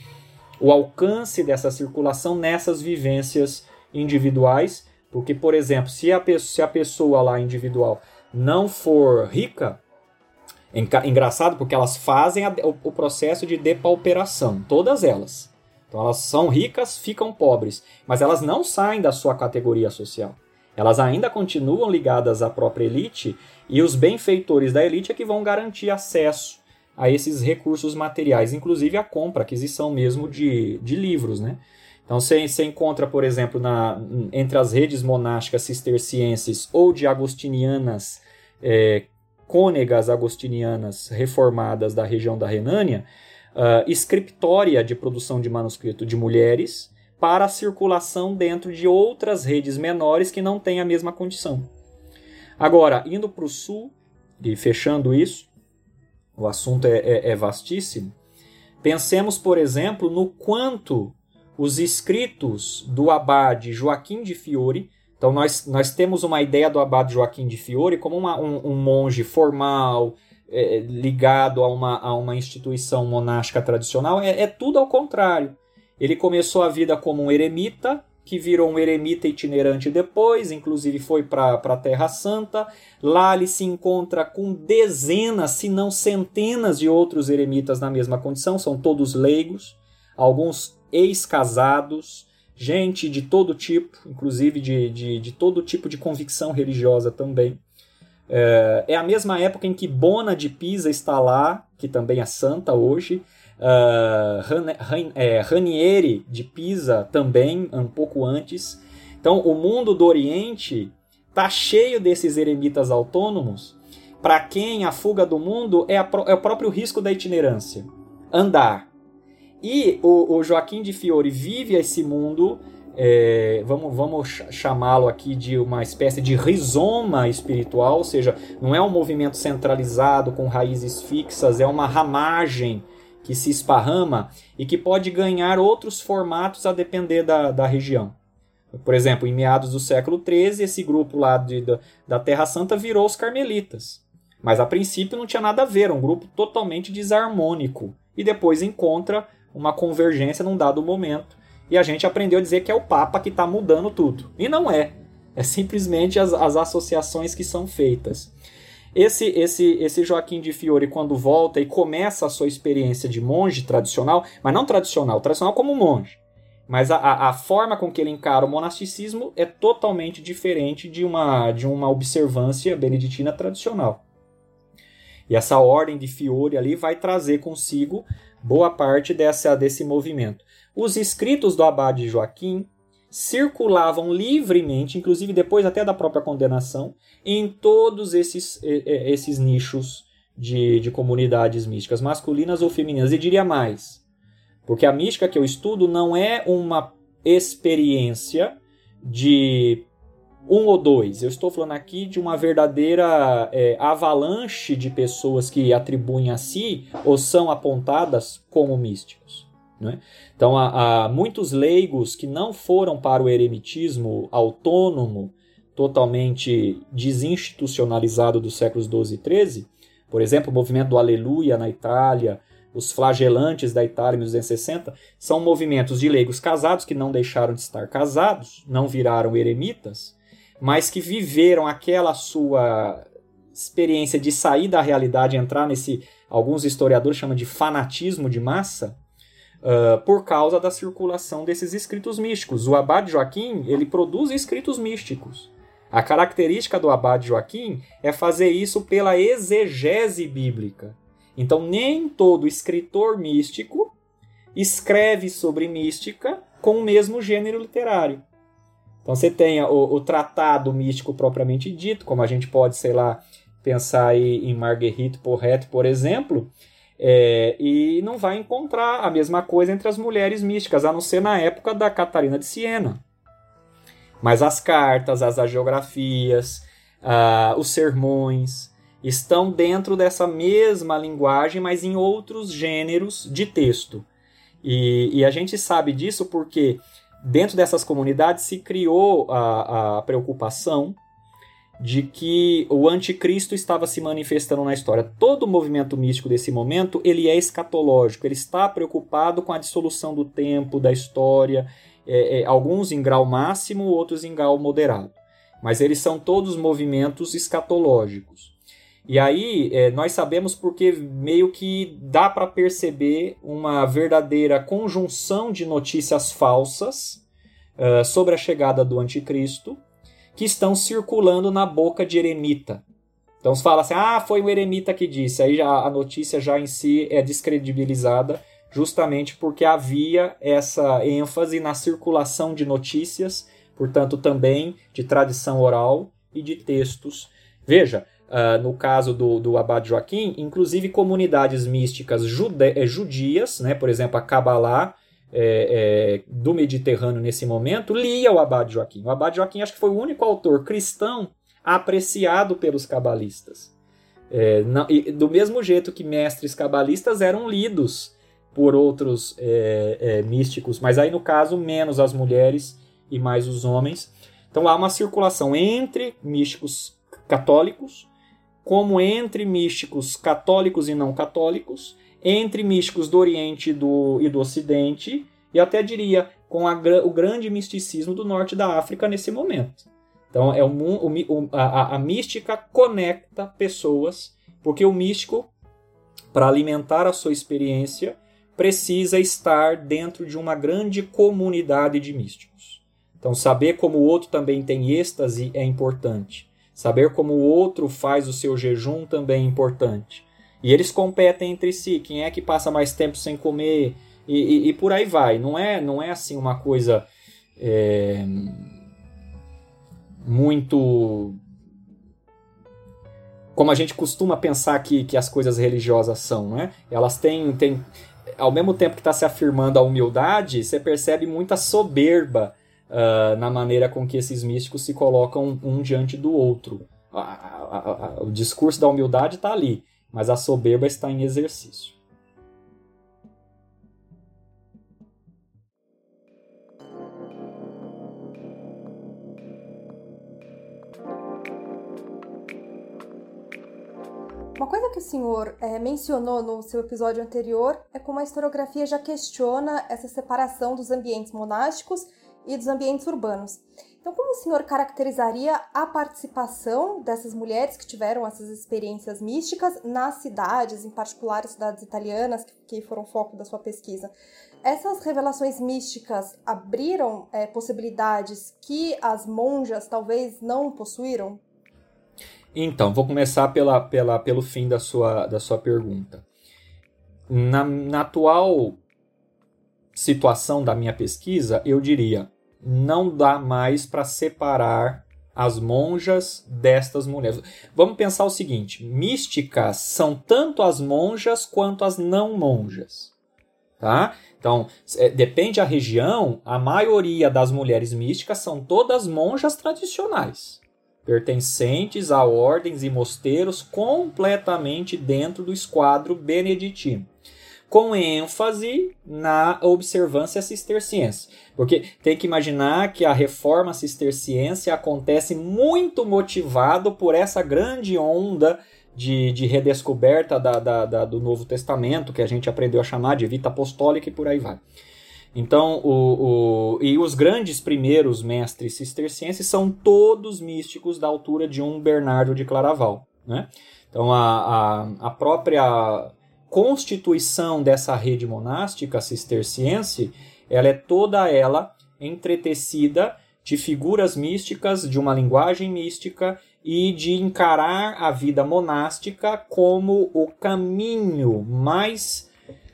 [SPEAKER 2] o alcance dessa circulação nessas vivências individuais, porque, por exemplo, se a, pessoa, se a pessoa lá individual não for rica, engraçado porque elas fazem a, o, o processo de depauperação, todas elas. Então elas são ricas, ficam pobres, mas elas não saem da sua categoria social. Elas ainda continuam ligadas à própria elite e os benfeitores da elite é que vão garantir acesso a esses recursos materiais, inclusive a compra, a aquisição mesmo de, de livros, né? Então você, você encontra, por exemplo, na, entre as redes monásticas cistercienses ou de agostinianas, é, cônegas agostinianas reformadas da região da Renânia, uh, escritória de produção de manuscrito de mulheres, para a circulação dentro de outras redes menores que não têm a mesma condição. Agora, indo para o sul, e fechando isso, o assunto é, é, é vastíssimo, pensemos, por exemplo, no quanto os escritos do abade Joaquim de Fiore, então nós, nós temos uma ideia do abade Joaquim de Fiore como uma, um, um monge formal, é, ligado a uma, a uma instituição monástica tradicional, é, é tudo ao contrário. Ele começou a vida como um eremita, que virou um eremita itinerante depois, inclusive foi para a Terra Santa. Lá ele se encontra com dezenas, se não centenas de outros eremitas na mesma condição, são todos leigos, alguns ex-casados, gente de todo tipo, inclusive de, de, de todo tipo de convicção religiosa também. É, é a mesma época em que Bona de Pisa está lá, que também é santa hoje. Uh, Ranieri de Pisa também, um pouco antes. Então o mundo do Oriente está cheio desses eremitas autônomos, para quem a fuga do mundo é, a, é o próprio risco da itinerância, andar. E o, o Joaquim de Fiore vive esse mundo, é, vamos, vamos chamá-lo aqui de uma espécie de rizoma espiritual, ou seja, não é um movimento centralizado com raízes fixas, é uma ramagem que se esparrama e que pode ganhar outros formatos a depender da, da região. Por exemplo, em meados do século treze, esse grupo lá de, da, da Terra Santa virou os carmelitas. Mas a princípio não tinha nada a ver, era um grupo totalmente desarmônico. E depois encontra uma convergência num dado momento. E a gente aprendeu a dizer que é o Papa que está mudando tudo. E não é. É simplesmente as, as associações que são feitas. Esse, esse, esse Joaquim de Fiore, quando volta e começa a sua experiência de monge tradicional, mas não tradicional, tradicional como monge, mas a, a, a forma com que ele encara o monasticismo é totalmente diferente de uma, de uma observância beneditina tradicional. E essa ordem de Fiore ali vai trazer consigo boa parte dessa, desse movimento. Os escritos do abade Joaquim circulavam livremente, inclusive depois até da própria condenação, em todos esses, esses nichos de, de comunidades místicas, masculinas ou femininas. E diria mais, porque a mística que eu estudo não é uma experiência de um ou dois. Eu estou falando aqui de uma verdadeira é, avalanche de pessoas que atribuem a si ou são apontadas como místicos. Né? Então, há, há muitos leigos que não foram para o eremitismo autônomo, totalmente desinstitucionalizado dos séculos doze e treze. Por exemplo, o movimento do Aleluia na Itália, os flagelantes da Itália em mil duzentos e sessenta, são movimentos de leigos casados que não deixaram de estar casados, não viraram eremitas, mas que viveram aquela sua experiência de sair da realidade, entrar nesse, alguns historiadores chamam de fanatismo de massa, Uh, por causa da circulação desses escritos místicos. O abade Joaquim, ele produz escritos místicos. A característica do abade Joaquim é fazer isso pela exegese bíblica. Então, nem todo escritor místico escreve sobre mística com o mesmo gênero literário. Então, você tem o, o tratado místico propriamente dito, como a gente pode, sei lá, pensar aí em Marguerite Porret, por exemplo, É, e não vai encontrar a mesma coisa entre as mulheres místicas, a não ser na época da Catarina de Siena. Mas as cartas, as agiografias, uh, os sermões estão dentro dessa mesma linguagem, mas em outros gêneros de texto. E, e a gente sabe disso porque dentro dessas comunidades se criou a, a preocupação de que o anticristo estava se manifestando na história. Todo o movimento místico desse momento, ele é escatológico, ele está preocupado com a dissolução do tempo, da história, é, é, alguns em grau máximo, outros em grau moderado. Mas eles são todos movimentos escatológicos. E aí é, nós sabemos porque meio que dá para perceber uma verdadeira conjunção de notícias falsas uh, sobre a chegada do anticristo, que estão circulando na boca de eremita. Então se fala assim, ah, foi o eremita que disse. Aí já, a notícia já em si é descredibilizada justamente porque havia essa ênfase na circulação de notícias, portanto também de tradição oral e de textos. Veja, uh, no caso do, do Abade Joaquim, inclusive comunidades místicas jude- judias, né, por exemplo a Kabbalah, É, é, do Mediterrâneo nesse momento, lia o Abade Joaquim. O Abade Joaquim acho que foi o único autor cristão apreciado pelos cabalistas. É, não, e do mesmo jeito que mestres cabalistas eram lidos por outros é, é, místicos, mas aí no caso menos as mulheres e mais os homens. Então há uma circulação entre místicos católicos, como entre místicos católicos e não católicos, entre místicos do Oriente e do, e do Ocidente, e até diria com a, o grande misticismo do norte da África nesse momento. Então é o, o, a, a mística conecta pessoas, porque o místico, para alimentar a sua experiência, precisa estar dentro de uma grande comunidade de místicos. Então saber como o outro também tem êxtase é importante. Saber como o outro faz o seu jejum também é importante. E eles competem entre si, quem é que passa mais tempo sem comer, e, e, e por aí vai. Não é, não é assim uma coisa é, muito... como a gente costuma pensar que, que as coisas religiosas são, não é? Elas têm, têm... ao mesmo tempo que está se afirmando a humildade, você percebe muita soberba uh, na maneira com que esses místicos se colocam um diante do outro. A, a, a, o discurso da humildade está ali, mas a soberba está em exercício.
[SPEAKER 1] Uma coisa que o senhor é, mencionou no seu episódio anterior é como a historiografia já questiona essa separação dos ambientes monásticos e dos ambientes urbanos. Então, como o senhor caracterizaria a participação dessas mulheres que tiveram essas experiências místicas nas cidades, em particular as cidades italianas, que foram foco da sua pesquisa? Essas revelações místicas abriram é, possibilidades que as monjas talvez não possuíram?
[SPEAKER 2] Então, vou começar pela, pela, pelo fim da sua, da sua pergunta. Na, na atual situação da minha pesquisa, eu diria, não dá mais para separar as monjas destas mulheres. Vamos pensar o seguinte, místicas são tanto as monjas quanto as não monjas. Tá? Então, é, depende da região, a maioria das mulheres místicas são todas monjas tradicionais, pertencentes a ordens e mosteiros completamente dentro do esquadro beneditino, com ênfase na observância cisterciense. Porque tem que imaginar que a reforma cisterciense acontece muito motivado por essa grande onda de, de redescoberta da, da, da, do Novo Testamento, que a gente aprendeu a chamar de Vita Apostólica e por aí vai. Então, o, o, e os grandes primeiros mestres cistercienses são todos místicos da altura de um Bernardo de Claraval, né? Então, a, a, a própria constituição dessa rede monástica cisterciense, ela é toda ela entretecida de figuras místicas, de uma linguagem mística e de encarar a vida monástica como o caminho mais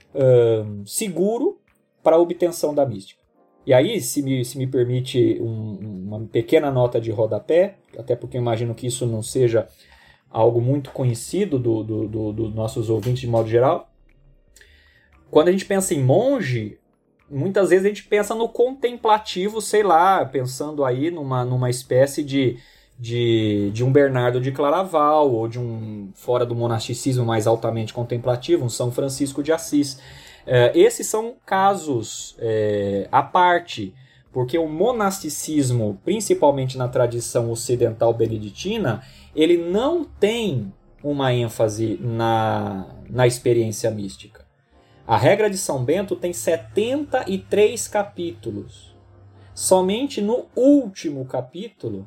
[SPEAKER 2] uh, seguro para a obtenção da mística. E aí, se me, se me permite um, uma pequena nota de rodapé, até porque eu imagino que isso não seja algo muito conhecido dos do, do, do nossos ouvintes de modo geral. Quando a gente pensa em monge, muitas vezes a gente pensa no contemplativo, sei lá, pensando aí numa, numa espécie de, de, de um Bernardo de Claraval, ou de um, fora do monasticismo mais altamente contemplativo, um São Francisco de Assis. É, esses são casos é, à parte, porque o monasticismo, principalmente na tradição ocidental beneditina, ele não tem uma ênfase na, na experiência mística. A regra de São Bento tem setenta e três capítulos. Somente no último capítulo,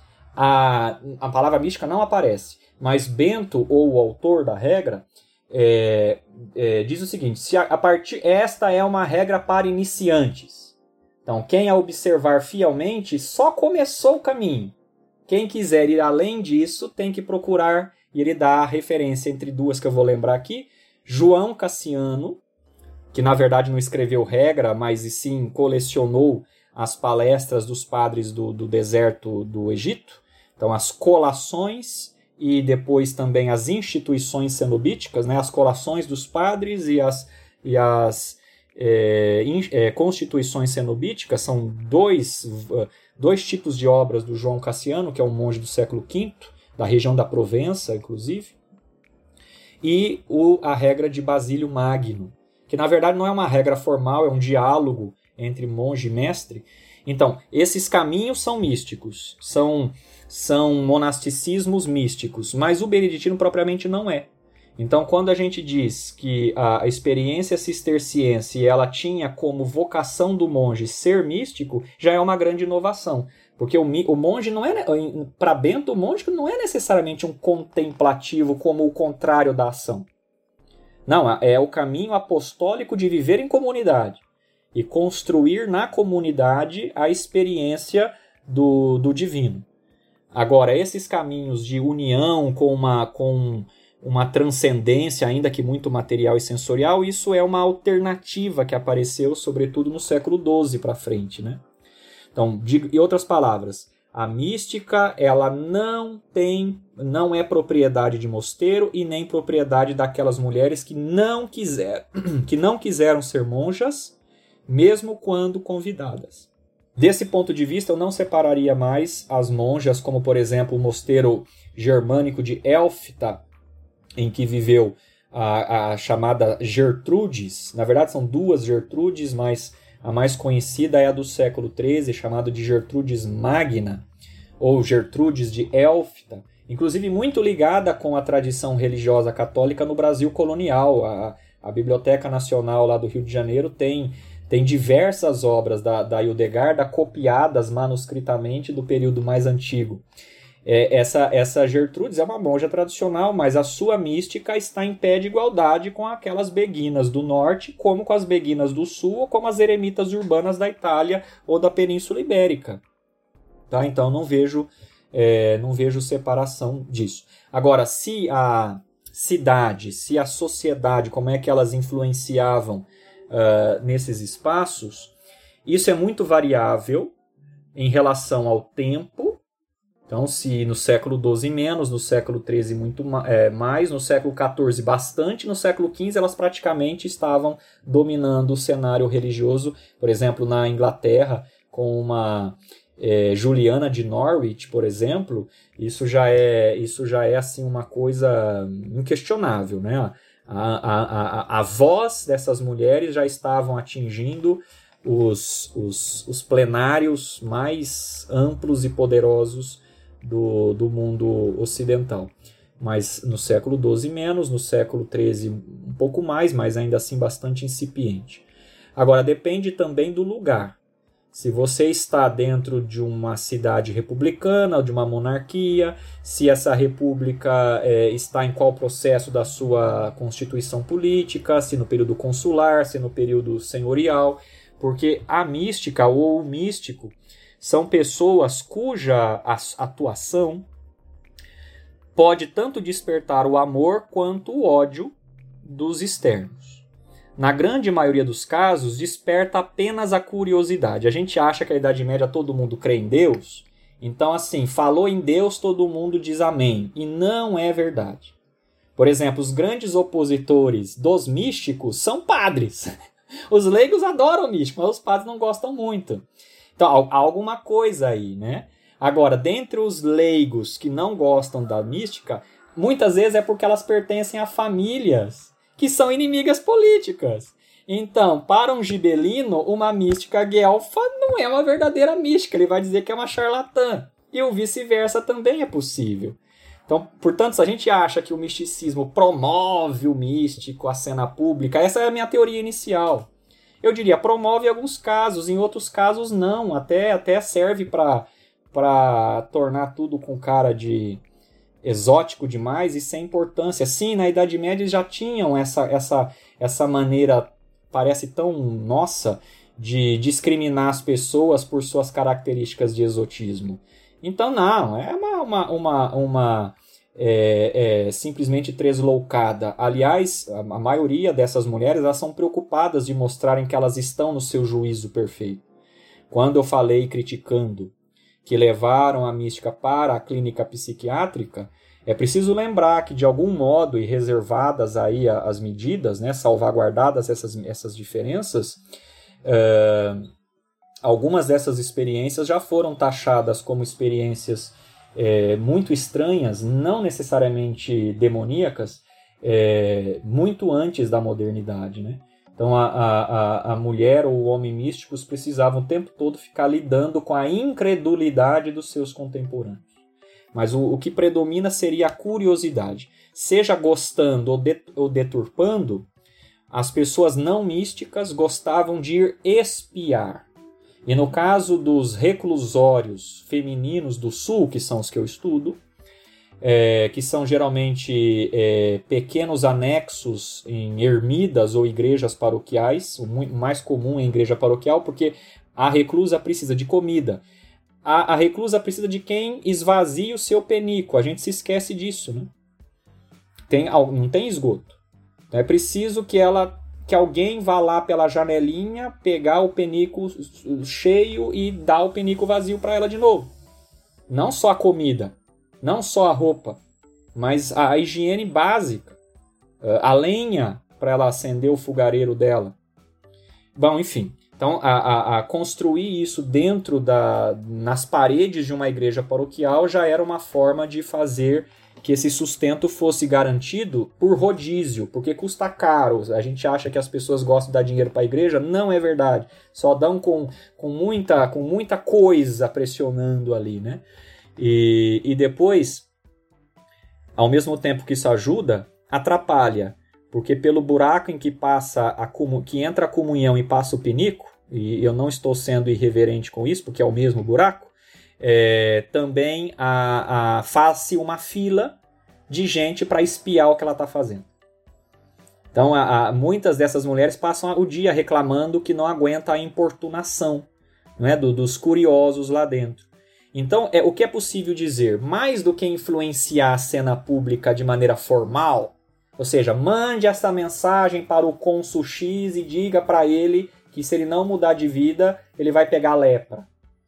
[SPEAKER 2] a, a palavra mística não aparece, mas Bento, ou o autor da regra, é, é, diz o seguinte: se a, a partir, esta é uma regra para iniciantes. Então, quem a observar fielmente só começou o caminho. Quem quiser ir além disso tem que procurar, e ele dá a referência entre duas que eu vou lembrar aqui: João Cassiano, que na verdade não escreveu regra, mas e sim colecionou as palestras dos padres do, do deserto do Egito. Então, as colações e depois também as instituições cenobíticas, né? As colações dos padres e as, e as é, in, é, constituições cenobíticas são dois, dois tipos de obras do João Cassiano, que é um monge do século quinto, da região da Provença, inclusive, e o, a regra de Basílio Magno, que na verdade não é uma regra formal, é um diálogo entre monge e mestre. Então, esses caminhos são místicos, são, são monasticismos místicos, mas o beneditino propriamente não é. Então, quando a gente diz que a experiência cisterciense ela tinha como vocação do monge ser místico, já é uma grande inovação. Porque o, o monge não é, para Bento, o monge não é necessariamente um contemplativo como o contrário da ação. Não, é o caminho apostólico de viver em comunidade e construir na comunidade a experiência do, do divino. Agora, esses caminhos de união com uma, com uma transcendência, ainda que muito material e sensorial, isso é uma alternativa que apareceu, sobretudo no século doze para frente, né? Então, de, em outras palavras, a mística ela não tem, não é propriedade de mosteiro e nem propriedade daquelas mulheres que não quiser, que não quiseram ser monjas, mesmo quando convidadas. Desse ponto de vista, eu não separaria mais as monjas, como por exemplo o mosteiro germânico de Elfta, em que viveu a, a chamada Gertrudes. Na verdade são duas Gertrudes, mas a mais conhecida é a do século treze, chamada de Gertrudes Magna, ou Gertrudes de Elfta, inclusive muito ligada com a tradição religiosa católica no Brasil colonial. A, a Biblioteca Nacional lá do Rio de Janeiro tem, tem diversas obras da, da Hildegarda copiadas manuscritamente do período mais antigo. É, essa, essa Gertrudes é uma monja tradicional, mas a sua mística está em pé de igualdade com aquelas beguinas do norte, como com as beguinas do sul, ou como as eremitas urbanas da Itália ou da Península Ibérica. Tá? Então não vejo, é, não vejo separação disso. Agora, se a cidade, se a sociedade, como é que elas influenciavam uh, nesses espaços, isso é muito variável em relação ao tempo. Então, se no século doze menos, no século treze muito é, mais, no século quatorze bastante, no século quinze elas praticamente estavam dominando o cenário religioso, por exemplo, na Inglaterra, com uma é, Juliana de Norwich, por exemplo, isso já é, isso já é assim, uma coisa inquestionável, né? A, a, a, a voz dessas mulheres já estavam atingindo os, os, os plenários mais amplos e poderosos Do, do mundo ocidental. Mas no século doze menos, no século treze um pouco mais, mas ainda assim bastante incipiente. Agora, depende também do lugar. Se você está dentro de uma cidade republicana, de uma monarquia, se essa república é, está em qual processo da sua constituição política, se no período consular, se no período senhorial, porque a mística ou o místico são pessoas cuja atuação pode tanto despertar o amor quanto o ódio dos externos. Na grande maioria dos casos, desperta apenas a curiosidade. A gente acha que na Idade Média todo mundo crê em Deus, então assim, falou em Deus, todo mundo diz amém. E não é verdade. Por exemplo, os grandes opositores dos místicos são padres. Os leigos adoram o místico, mas os padres não gostam muito. Então, há alguma coisa aí, né? Agora, dentre os leigos que não gostam da mística, muitas vezes é porque elas pertencem a famílias que são inimigas políticas. Então, para um gibelino, uma mística guelfa não é uma verdadeira mística. Ele vai dizer que é uma charlatã. E o vice-versa também é possível. Então, portanto, se a gente acha que o misticismo promove o místico, a cena pública, essa é a minha teoria inicial. Eu diria, promove em alguns casos, em outros casos não. Até, até serve para para tornar tudo com cara de exótico demais e sem importância. Sim, na Idade Média eles já tinham essa, essa, essa maneira, parece tão nossa, de discriminar as pessoas por suas características de exotismo. Então, não, é uma, uma, uma, uma é, é, simplesmente tresloucada. Aliás, a, a maioria dessas mulheres elas são preocupadas de mostrarem que elas estão no seu juízo perfeito. Quando eu falei criticando que levaram a mística para a clínica psiquiátrica, é preciso lembrar que, de algum modo, e reservadas aí as medidas, né, salvaguardadas essas, essas diferenças, uh, algumas dessas experiências já foram taxadas como experiências é, muito estranhas, não necessariamente demoníacas, é, muito antes da modernidade, né? Então a, a, a mulher ou o homem místicos precisavam o tempo todo ficar lidando com a incredulidade dos seus contemporâneos. Mas o, o que predomina seria a curiosidade. Seja gostando ou, de, ou deturpando, as pessoas não místicas gostavam de ir espiar. E no caso dos reclusórios femininos do sul, que são os que eu estudo, é, que são geralmente é, pequenos anexos em ermidas ou igrejas paroquiais, o mais comum é em igreja paroquial, porque a reclusa precisa de comida. A, a reclusa precisa de quem esvazie o seu penico. A gente se esquece disso, né? Tem, não tem esgoto. É preciso que ela... que alguém vá lá pela janelinha, pegar o penico cheio e dar o penico vazio para ela de novo. Não só a comida, não só a roupa, mas a higiene básica. A lenha para ela acender o fogareiro dela. Bom, enfim. Então, a, a, a construir isso dentro da... nas paredes de uma igreja paroquial já era uma forma de fazer que esse sustento fosse garantido por rodízio, porque custa caro. A gente acha que as pessoas gostam de dar dinheiro para a igreja, não é verdade. Só dão com, com, muita, com muita coisa pressionando ali, né? E, e depois, ao mesmo tempo que isso ajuda, atrapalha, porque pelo buraco em que passa a que entra a comunhão e passa o pinico, e eu não estou sendo irreverente com isso, porque é o mesmo buraco, É, também a, a, faz-se uma fila de gente para espiar o que ela está fazendo. Então, a, a, muitas dessas mulheres passam o dia reclamando que não aguenta a importunação, não é, do, dos curiosos lá dentro. Então, é, o que é possível dizer? Mais do que influenciar a cena pública de maneira formal, ou seja, mande essa mensagem para o cônsul X e diga para ele que se ele não mudar de vida, ele vai pegar lepra.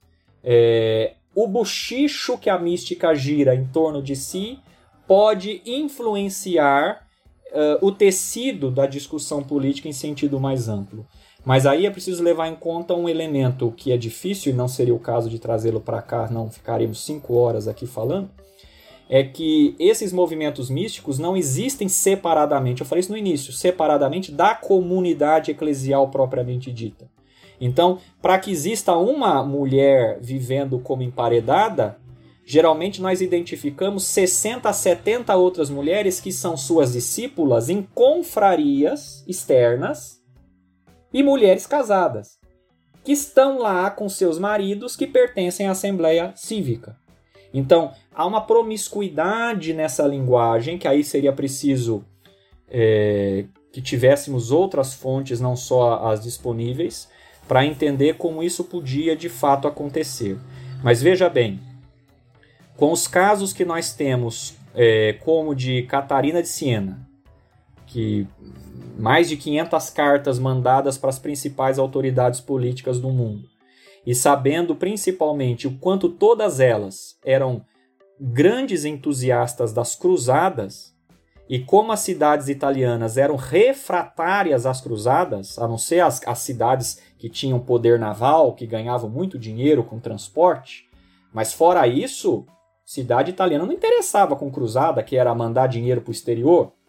[SPEAKER 2] É, o bochicho que a mística gira em torno de si pode influenciar uh, o tecido da discussão política em sentido mais amplo. Mas aí é preciso levar em conta um elemento que é difícil, e não seria o caso de trazê-lo para cá, não ficaríamos cinco horas aqui falando, é que esses movimentos místicos não existem separadamente, eu falei isso no início, separadamente da comunidade eclesial propriamente dita. Então, para que exista uma mulher vivendo como emparedada, geralmente nós identificamos sessenta a setenta outras mulheres que são suas discípulas em confrarias externas e mulheres casadas, que estão lá com seus maridos que pertencem à Assembleia Cívica. Então, há uma promiscuidade nessa linguagem, que aí seria preciso é, que tivéssemos outras fontes, não só as disponíveis, para entender como isso podia de fato acontecer. Mas veja bem, com os casos que nós temos, é, como de Catarina de Siena, que mais de quinhentas cartas mandadas para as principais autoridades políticas do mundo, e sabendo principalmente o quanto todas elas eram grandes entusiastas das cruzadas, e como as cidades italianas eram refratárias às cruzadas, a não ser as, as cidades que tinham poder naval, que ganhavam muito dinheiro com transporte, mas fora isso, cidade italiana não interessava com cruzada, que era mandar dinheiro para o exterior.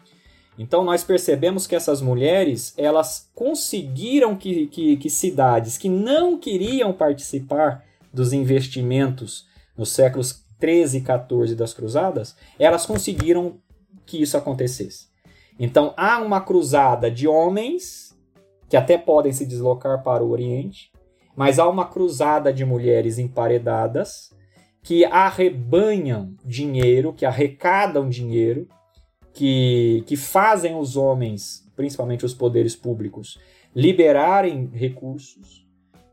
[SPEAKER 2] Então nós percebemos que essas mulheres, elas conseguiram que, que, que cidades que não queriam participar dos investimentos nos séculos treze e quatorze das cruzadas, elas conseguiram que isso acontecesse. Então há uma cruzada de homens que até podem se deslocar para o Oriente, mas há uma cruzada de mulheres emparedadas que arrebanham dinheiro, que arrecadam dinheiro, que, que fazem os homens, principalmente os poderes públicos, liberarem recursos,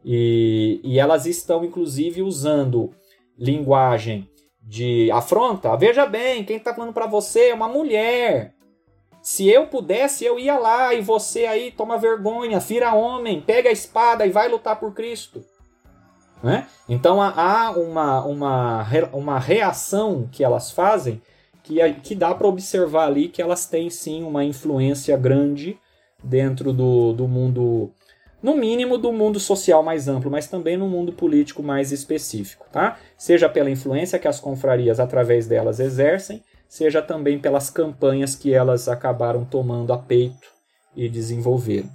[SPEAKER 2] e, e elas estão, inclusive, usando linguagem de afronta. Veja bem, quem está falando para você é uma mulher. Se eu pudesse, eu ia lá, e você aí toma vergonha, vira homem, pega a espada e vai lutar por Cristo. Né? Então há uma, uma, uma reação que elas fazem que, que dá para observar ali que elas têm sim uma influência grande dentro do, do mundo, no mínimo do mundo social mais amplo, mas também no mundo político mais específico, tá? Seja pela influência que as confrarias através delas exercem, seja também pelas campanhas que elas acabaram tomando a peito e desenvolveram.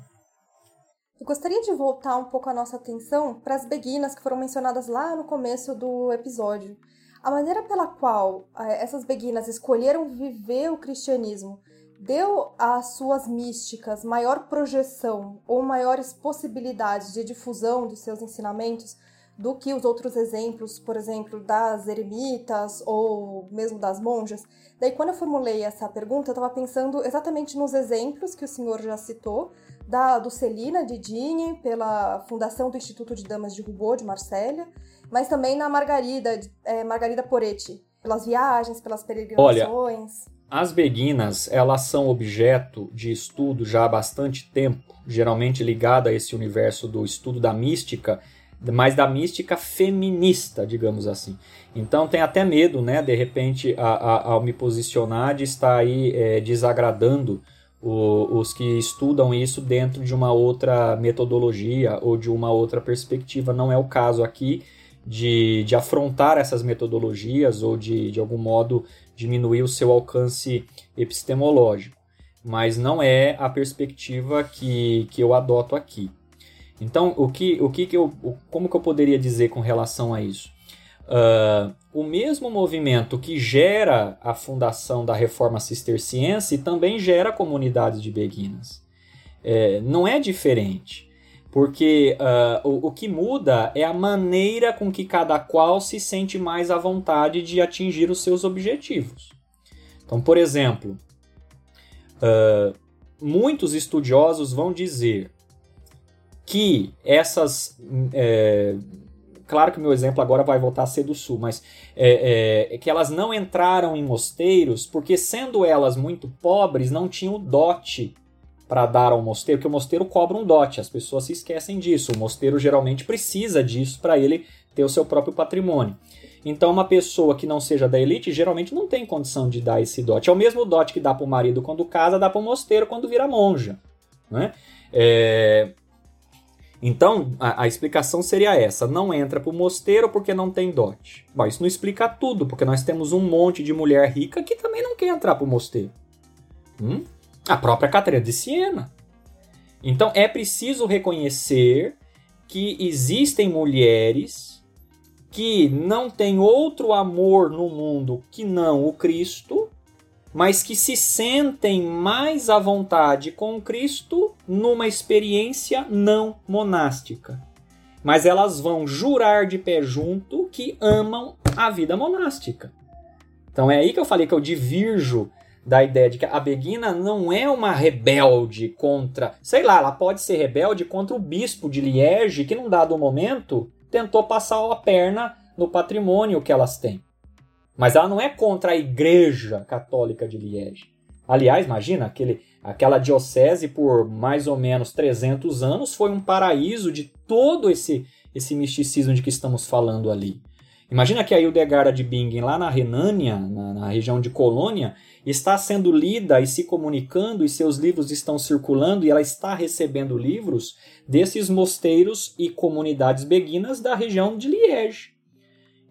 [SPEAKER 1] Eu gostaria de voltar um pouco a nossa atenção para as beguinas que foram mencionadas lá no começo do episódio. A maneira pela qual eh, essas beguinas escolheram viver o cristianismo deu às suas místicas maior projeção ou maiores possibilidades de difusão dos seus ensinamentos do que os outros exemplos, por exemplo, das eremitas ou mesmo das monjas. Daí, quando eu formulei essa pergunta, eu estava pensando exatamente nos exemplos que o senhor já citou, da, do Celina de Digne, pela fundação do Instituto de Damas de Roubaix, de Marsella, mas também na Margarida, é, Margarida Poretti, pelas viagens, pelas peregrinações.
[SPEAKER 2] Olha, as beguinas, elas são objeto de estudo já há bastante tempo, geralmente ligado a esse universo do estudo da mística, mas da mística feminista, digamos assim. Então tem até medo, né, de repente, a, a, ao me posicionar, de estar aí é, desagradando o, os que estudam isso dentro de uma outra metodologia ou de uma outra perspectiva. Não é o caso aqui de, de afrontar essas metodologias ou de, de algum modo, diminuir o seu alcance epistemológico. Mas não é a perspectiva que, que eu adoto aqui. Então, o que, o que, que eu, como que eu poderia dizer com relação a isso? Uh, o mesmo movimento que gera a fundação da Reforma Cisterciense também gera comunidades de beguinas. É, não é diferente, porque uh, o, o que muda é a maneira com que cada qual se sente mais à vontade de atingir os seus objetivos. Então, por exemplo, uh, muitos estudiosos vão dizer que essas... É, claro que o meu exemplo agora vai voltar a ser do Sul, mas é, é, que elas não entraram em mosteiros porque, sendo elas muito pobres, não tinham dote para dar ao mosteiro, porque o mosteiro cobra um dote, as pessoas se esquecem disso. O mosteiro geralmente precisa disso para ele ter o seu próprio patrimônio. Então, uma pessoa que não seja da elite geralmente não tem condição de dar esse dote. É o mesmo dote que dá para o marido quando casa, dá para o mosteiro quando vira monja, né? É... Então, a, a explicação seria essa. Não entra para o mosteiro porque não tem dote. Bom, isso não explica tudo, porque nós temos um monte de mulher rica que também não quer entrar para o mosteiro. Hum? A própria Catarina de Siena. Então, é preciso reconhecer que existem mulheres que não têm outro amor no mundo que não o Cristo, mas que se sentem mais à vontade com Cristo numa experiência não monástica. Mas elas vão jurar de pé junto que amam a vida monástica. Então é aí que eu falei que eu divirjo da ideia de que a beguina não é uma rebelde contra... Sei lá, ela pode ser rebelde contra o bispo de Liege, que num dado momento tentou passar a perna no patrimônio que elas têm. Mas ela não é contra a Igreja Católica de Liege. Aliás, imagina, aquele, aquela diocese por mais ou menos trezentos anos foi um paraíso de todo esse, esse misticismo de que estamos falando ali. Imagina que a Hildegarda de Bingen, lá na Renânia, na, na região de Colônia, está sendo lida e se comunicando, e seus livros estão circulando, e ela está recebendo livros desses mosteiros e comunidades beguinas da região de Liege.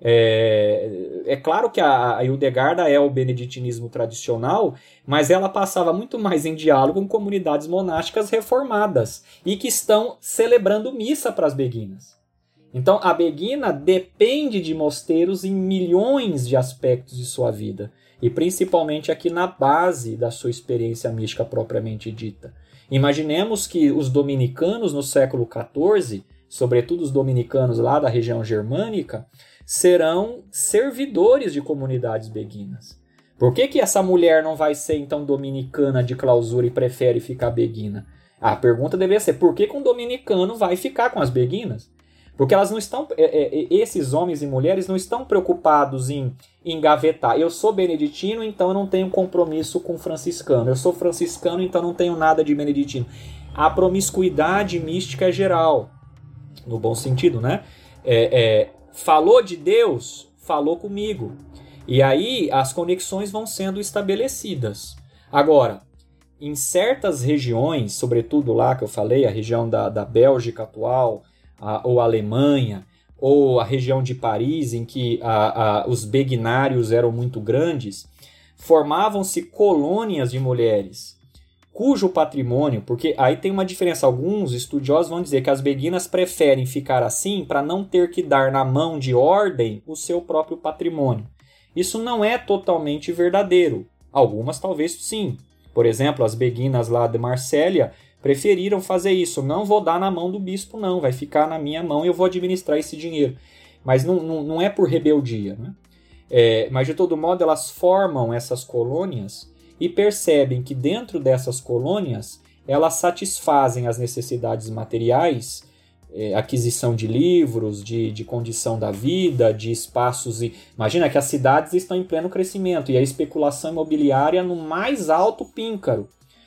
[SPEAKER 2] É, é claro que a, a Hildegarda é o beneditinismo tradicional, mas ela passava muito mais em diálogo com comunidades monásticas reformadas e que estão celebrando missa para as beguinas. Então, a beguina depende de mosteiros em milhões de aspectos de sua vida, e principalmente aqui na base da sua experiência mística propriamente dita. Imaginemos que os dominicanos no século quatorze, sobretudo os dominicanos lá da região germânica, serão servidores de comunidades beguinas. Por que que essa mulher não vai ser, então, dominicana de clausura e prefere ficar beguina? A pergunta deveria ser, por que que um dominicano vai ficar com as beguinas? Porque elas não estão, esses homens e mulheres não estão preocupados em engavetar. Eu sou beneditino, então eu não tenho compromisso com franciscano. Eu sou franciscano, então não tenho nada de beneditino. A promiscuidade mística é geral, no bom sentido, né? É, é, falou de Deus, falou comigo. E aí as conexões vão sendo estabelecidas. Agora, em certas regiões, sobretudo lá que eu falei, a região da, da Bélgica atual, a, ou a Alemanha, ou a região de Paris, em que a, a, os beguinários eram muito grandes, formavam-se colônias de mulheres, cujo patrimônio, porque aí tem uma diferença, alguns estudiosos vão dizer que as beguinas preferem ficar assim para não ter que dar na mão de ordem o seu próprio patrimônio. Isso não é totalmente verdadeiro. Algumas talvez sim. Por exemplo, as beguinas lá de Marsella preferiram fazer isso. Não vou dar na mão do bispo, não. Vai ficar na minha mão e eu vou administrar esse dinheiro. Mas não, não, não é por rebeldia, né? É, mas, de todo modo, elas formam essas colônias e percebem que dentro dessas colônias elas satisfazem as necessidades materiais, é, aquisição de livros, de, de condição da vida, de espaços. E imagina que as cidades estão em pleno crescimento e a especulação imobiliária no mais alto píncaro.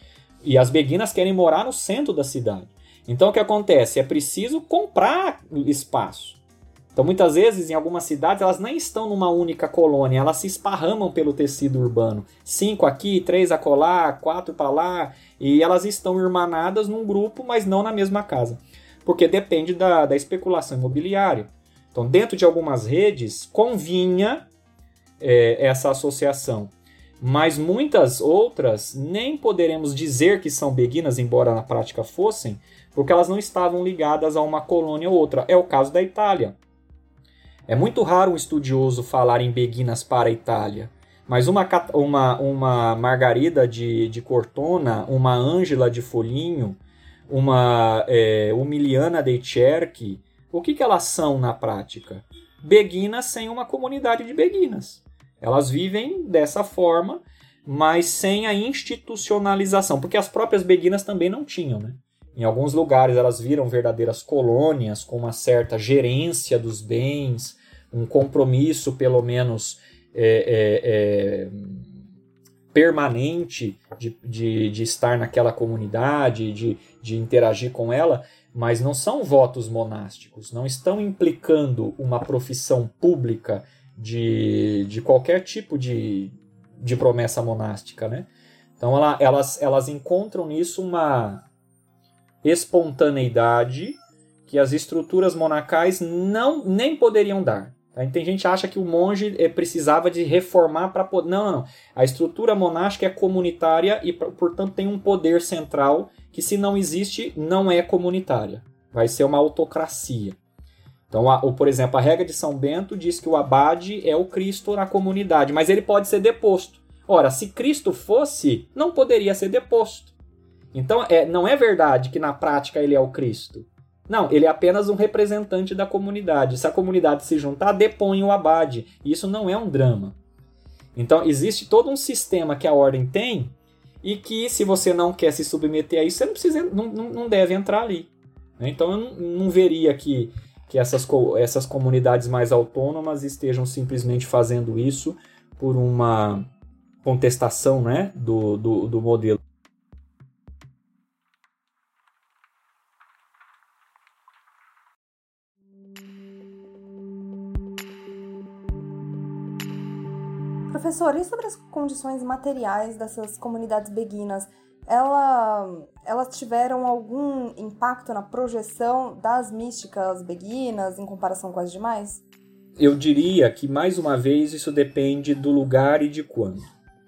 [SPEAKER 2] E as beguinas querem morar no centro da cidade. Então o que acontece? É preciso comprar espaço. Então muitas vezes em algumas cidades elas nem estão numa única colônia, elas se esparramam pelo tecido urbano. Cinco aqui, três acolá, quatro para lá, e elas estão irmanadas num grupo, mas não na mesma casa. Porque depende da, da especulação imobiliária. Então dentro de algumas redes convinha é, essa associação. Mas muitas outras nem poderemos dizer que são beguinas, embora na prática fossem, porque elas não estavam ligadas a uma colônia ou outra. É o caso da Itália. É muito raro um estudioso falar em beguinas para a Itália, mas uma, uma, uma Margarida de, de Cortona, uma Ângela de Foligno, uma é, Umiliana dei Cerchi, o que, que elas são na prática? Beguinas sem uma comunidade de beguinas. Elas vivem dessa forma, mas sem a institucionalização, porque as próprias beguinas também não tinham, né? Em alguns lugares elas viram verdadeiras colônias com uma certa gerência dos bens, um compromisso pelo menos é, é, é, permanente de, de, de estar naquela comunidade, de, de interagir com ela, mas não são votos monásticos, não estão implicando uma profissão pública De, de qualquer tipo de, de promessa monástica, né? Então ela, elas, elas encontram nisso uma espontaneidade que as estruturas monacais não, nem poderiam dar. Tá? Tem gente que acha que o monge é, precisava de reformar para poder... Não, não, não. A estrutura monástica é comunitária e, portanto, tem um poder central que, se não existe, não é comunitária. Vai ser uma autocracia. Então, a, por exemplo, a regra de São Bento diz que o abade é o Cristo na comunidade, mas ele pode ser deposto. Ora, se Cristo fosse, não poderia ser deposto. Então, é, não é verdade que na prática ele é o Cristo. Não, ele é apenas um representante da comunidade. Se a comunidade se juntar, depõe o abade. E isso não é um drama. Então, existe todo um sistema que a ordem tem e que, se você não quer se submeter a isso, você não, precisa, não, não deve entrar ali. Então, eu não, não veria que... que essas, essas comunidades mais autônomas estejam simplesmente fazendo isso por uma contestação, né, do, do, do modelo.
[SPEAKER 1] Professor, e sobre as condições materiais dessas comunidades beguinas? Ela, elas tiveram algum impacto na projeção das místicas beguinas em comparação com as demais?
[SPEAKER 2] eu diria que, mais uma vez, isso depende do lugar e de quando.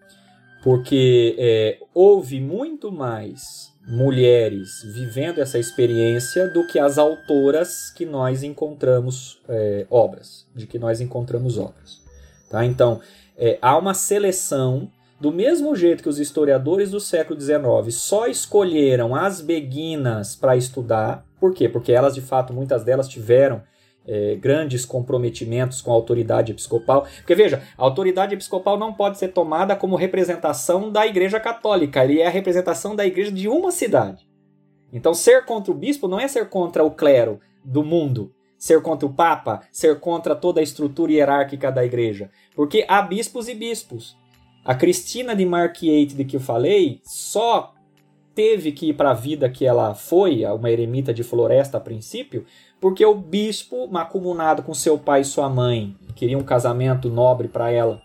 [SPEAKER 2] Porque é, houve muito mais mulheres vivendo essa experiência do que as autoras que nós encontramos é, obras, de que nós encontramos obras. Tá? Então, é, há uma seleção, do mesmo jeito que os historiadores do século dezenove só escolheram as beguinas para estudar. Por quê? Porque elas, de fato, muitas delas tiveram É, grandes comprometimentos com a autoridade episcopal. Porque, veja, a autoridade episcopal não pode ser tomada como representação da Igreja Católica. Ele é a representação da Igreja de uma cidade. Então, ser contra o bispo não é ser contra o clero do mundo, ser contra o Papa, ser contra toda a estrutura hierárquica da Igreja. Porque há bispos e bispos. A Cristina de Marquiate, de que eu falei, só teve que ir para a vida que ela foi, uma eremita de Floresta a princípio, porque o bispo, macumunado com seu pai e sua mãe, queria um casamento nobre para ela,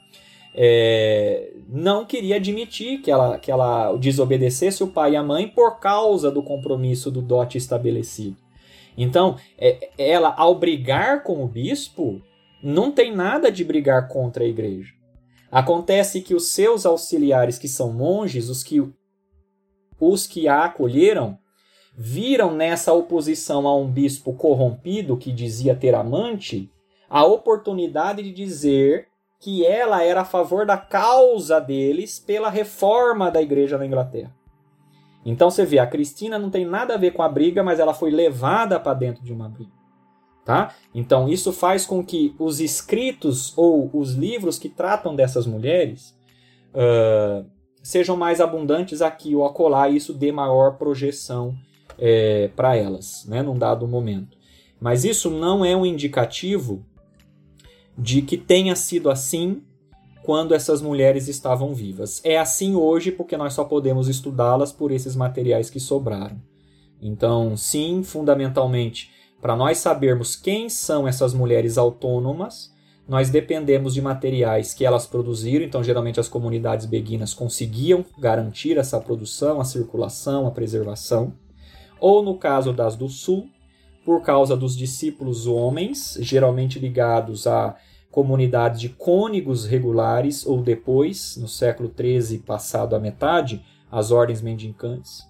[SPEAKER 2] é, não queria admitir que ela, que ela desobedecesse o pai e a mãe por causa do compromisso do dote estabelecido. Então, é, ela, ao brigar com o bispo, não tem nada de brigar contra a igreja. Acontece que os seus auxiliares, que são monges, os que, os que a acolheram, viram nessa oposição a um bispo corrompido que dizia ter amante a oportunidade de dizer que ela era a favor da causa deles pela reforma da igreja na Inglaterra. Então você vê, a Cristina não tem nada a ver com a briga, mas ela foi levada para dentro de uma briga. Tá? Então isso faz com que os escritos ou os livros que tratam dessas mulheres uh, sejam mais abundantes aqui ou acolá, e isso dê maior projeção É, para elas, né, num dado momento. Mas isso não é um indicativo de que tenha sido assim quando essas mulheres estavam vivas. É assim hoje porque nós só podemos estudá-las por esses materiais que sobraram. Então, sim, fundamentalmente, para nós sabermos quem são essas mulheres autônomas, nós dependemos de materiais que elas produziram. Então, geralmente as comunidades beguinas conseguiam garantir essa produção, a circulação, a preservação. Ou no caso das do Sul, por causa dos discípulos homens, geralmente ligados a comunidades de cônegos regulares, ou depois, no século treze, passado a metade, as ordens mendicantes,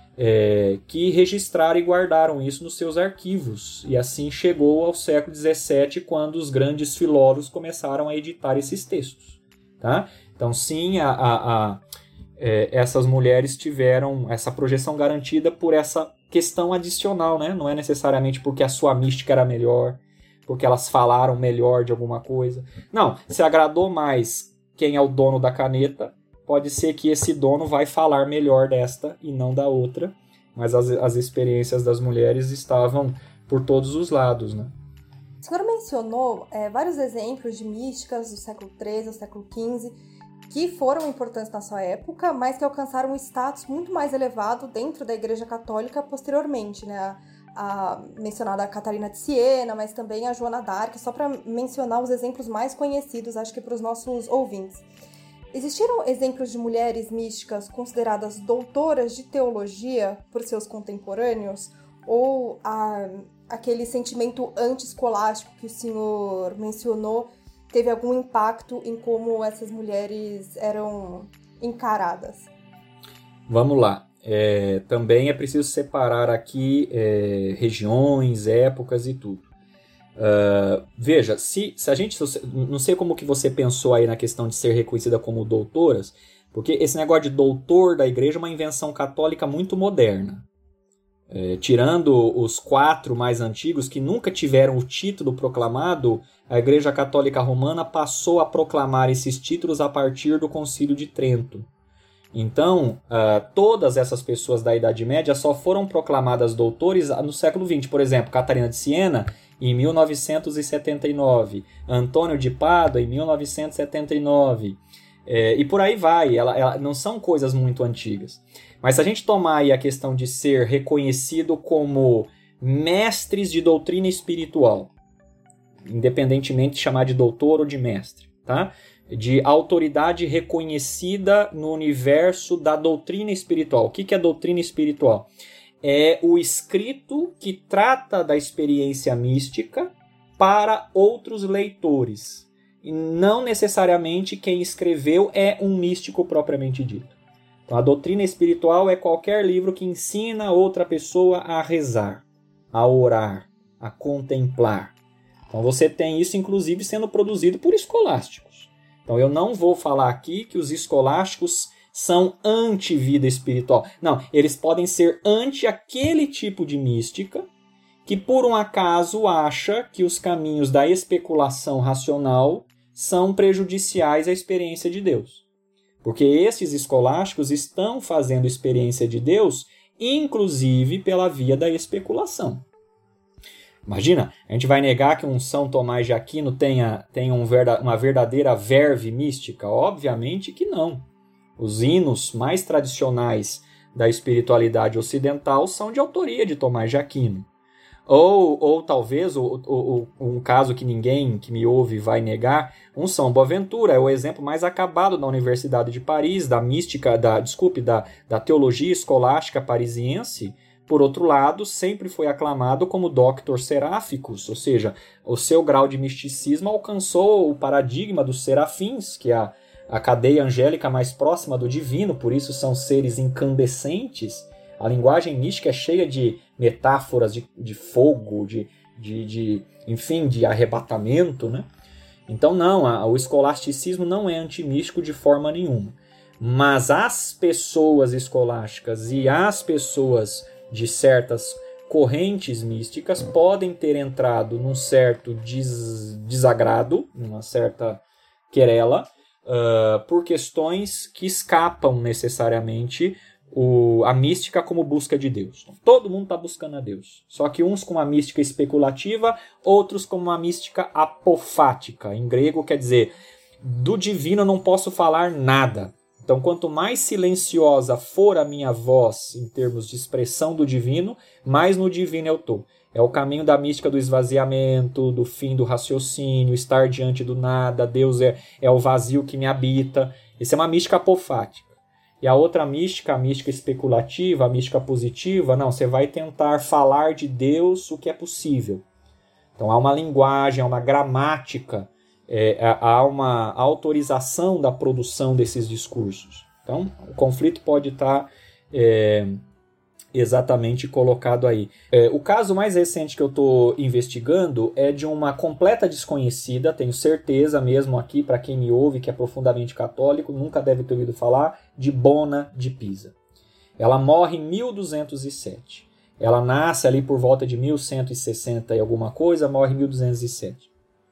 [SPEAKER 2] é, que registraram e guardaram isso nos seus arquivos. E assim chegou ao século dezessete, quando os grandes filólogos começaram a editar esses textos. Tá? Então, sim, a, a, a, é, essas mulheres tiveram essa projeção garantida por essa questão adicional, né? Não é necessariamente porque a sua mística era melhor, porque elas falaram melhor de alguma coisa. Não, se agradou mais quem é o dono da caneta, pode ser que esse dono vai falar melhor desta e não da outra, mas as, as experiências das mulheres estavam por todos os lados, né?
[SPEAKER 1] O senhor mencionou é, vários exemplos de místicas do século treze ao século quinze que foram importantes na sua época, mas que alcançaram um status muito mais elevado dentro da Igreja Católica posteriormente, né? A, a mencionada Catarina de Siena, mas também a Joana d'Arc, só para mencionar os exemplos mais conhecidos, acho que para os nossos ouvintes. Existiram exemplos de mulheres místicas consideradas doutoras de teologia por seus contemporâneos? Ou a, aquele sentimento anti-escolástico que o senhor mencionou teve algum impacto em como essas mulheres eram encaradas?
[SPEAKER 2] Vamos lá. É, também é preciso separar aqui é, regiões, épocas e tudo. Uh, veja, se, se a gente... Não sei como que você pensou aí na questão de ser reconhecida como doutoras, porque esse negócio de doutor da igreja é uma invenção católica muito moderna. É, tirando os quatro mais antigos que nunca tiveram o título proclamado, a Igreja Católica Romana passou a proclamar esses títulos a partir do Concílio de Trento. Então, uh, todas essas pessoas da Idade Média só foram proclamadas doutores no século vinte. Por exemplo, Catarina de Siena, em mil novecentos e setenta e nove. Antônio de Pádua, em mil novecentos e setenta e nove. É, e por aí vai. Ela, ela, não são coisas muito antigas. Mas se a gente tomar aí a questão de ser reconhecido como mestres de doutrina espiritual, independentemente de chamar de doutor ou de mestre, tá? De autoridade reconhecida no universo da doutrina espiritual. O que é doutrina espiritual? É o escrito que trata da experiência mística para outros leitores. E não necessariamente quem escreveu é um místico propriamente dito. Então, a doutrina espiritual é qualquer livro que ensina outra pessoa a rezar, a orar, a contemplar. Então, você tem isso, inclusive, sendo produzido por escolásticos. Então, eu não vou falar aqui que os escolásticos são anti-vida espiritual. Não, eles podem ser anti aquele tipo de mística que, por um acaso, acha que os caminhos da especulação racional são prejudiciais à experiência de Deus. Porque esses escolásticos estão fazendo experiência de Deus, inclusive pela via da especulação. Imagina, a gente vai negar que um São Tomás de Aquino tenha, tenha um verda, uma verdadeira verve mística? Obviamente que não. Os hinos mais tradicionais da espiritualidade ocidental são de autoria de Tomás de Aquino. Ou, ou talvez, o, o, um caso que ninguém que me ouve vai negar, um São Boaventura é o exemplo mais acabado da Universidade de Paris, da mística, da, desculpe, da, da teologia escolástica parisiense. Por outro lado, sempre foi aclamado como Doctor Seraphicus, ou seja, o seu grau de misticismo alcançou o paradigma dos serafins, que é a, a cadeia angélica mais próxima do divino, por isso são seres incandescentes. A linguagem mística é cheia de metáforas de, de fogo, de, de, de, enfim, de arrebatamento, né? Então, não, a, o escolasticismo não é antimístico de forma nenhuma. Mas as pessoas escolásticas e as pessoas de certas correntes místicas podem ter entrado num certo des, desagrado, numa certa querela, uh, por questões que escapam necessariamente O, a mística como busca de Deus. Então, todo mundo está buscando a Deus. Só que uns com uma mística especulativa, outros com uma mística apofática. Em grego quer dizer, do divino eu não posso falar nada. Então, quanto mais silenciosa for a minha voz em termos de expressão do divino, mais no divino eu estou. É o caminho da mística do esvaziamento, do fim do raciocínio, estar diante do nada, Deus é, é o vazio que me habita. Isso é uma mística apofática. E a outra mística, a mística especulativa, a mística positiva, não, você vai tentar falar de Deus o que é possível. Então há uma linguagem, há uma gramática, é, há uma autorização da produção desses discursos. Então o conflito pode estar é, exatamente colocado aí. É, o caso mais recente que eu estou investigando é de uma completa desconhecida, tenho certeza mesmo aqui, para quem me ouve, que é profundamente católico, nunca deve ter ouvido falar, de Bona de Pisa. Ela morre em mil duzentos e sete. Ela nasce ali por volta de mil cento e sessenta e alguma coisa, morre em mil duzentos e sete.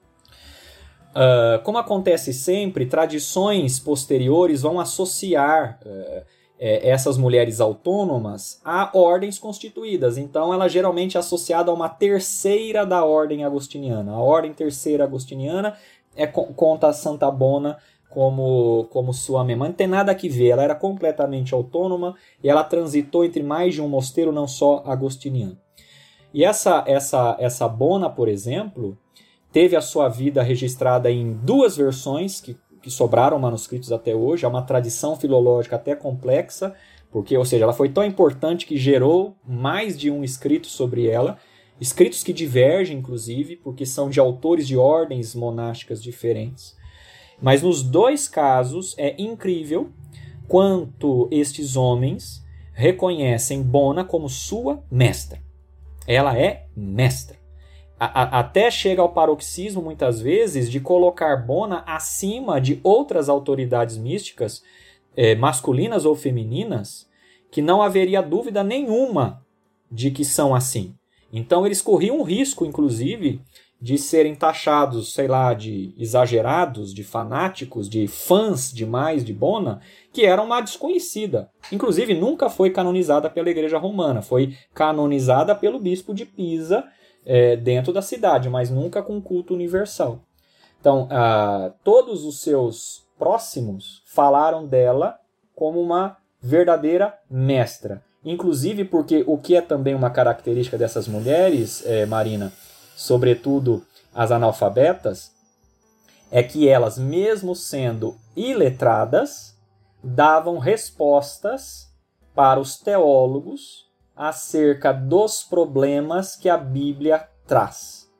[SPEAKER 2] Uh, como acontece sempre, tradições posteriores vão associar uh, essas mulheres autônomas a ordens constituídas. Então, ela geralmente é associada a uma terceira da ordem agostiniana. A ordem terceira agostiniana é, conta a Santa Bona como, como sua memória. Não tem nada que ver, ela era completamente autônoma e ela transitou entre mais de um mosteiro, não só agostiniano. E essa, essa, essa Bona, por exemplo, teve a sua vida registrada em duas versões, que que sobraram manuscritos até hoje, é uma tradição filológica até complexa, porque, ou seja, ela foi tão importante que gerou mais de um escrito sobre ela, escritos que divergem, inclusive, porque são de autores de ordens monásticas diferentes. Mas nos dois casos é incrível quanto estes homens reconhecem Bona como sua mestra. Ela é mestra. A, a, até chega ao paroxismo, muitas vezes, de colocar Bona acima de outras autoridades místicas, eh, masculinas ou femininas, que não haveria dúvida nenhuma de que são assim. Então eles corriam um risco, inclusive, de serem taxados, sei lá, de exagerados, de fanáticos, de fãs demais de Bona, que era uma desconhecida. Inclusive, nunca foi canonizada pela Igreja Romana, foi canonizada pelo bispo de Pisa, É, dentro da cidade, mas nunca com culto universal. Então, ah, todos os seus próximos falaram dela como uma verdadeira mestra. Inclusive porque o que é também uma característica dessas mulheres, é, Marina, sobretudo as analfabetas, é que elas, mesmo sendo iletradas, davam respostas para os teólogos acerca dos problemas que a Bíblia traz.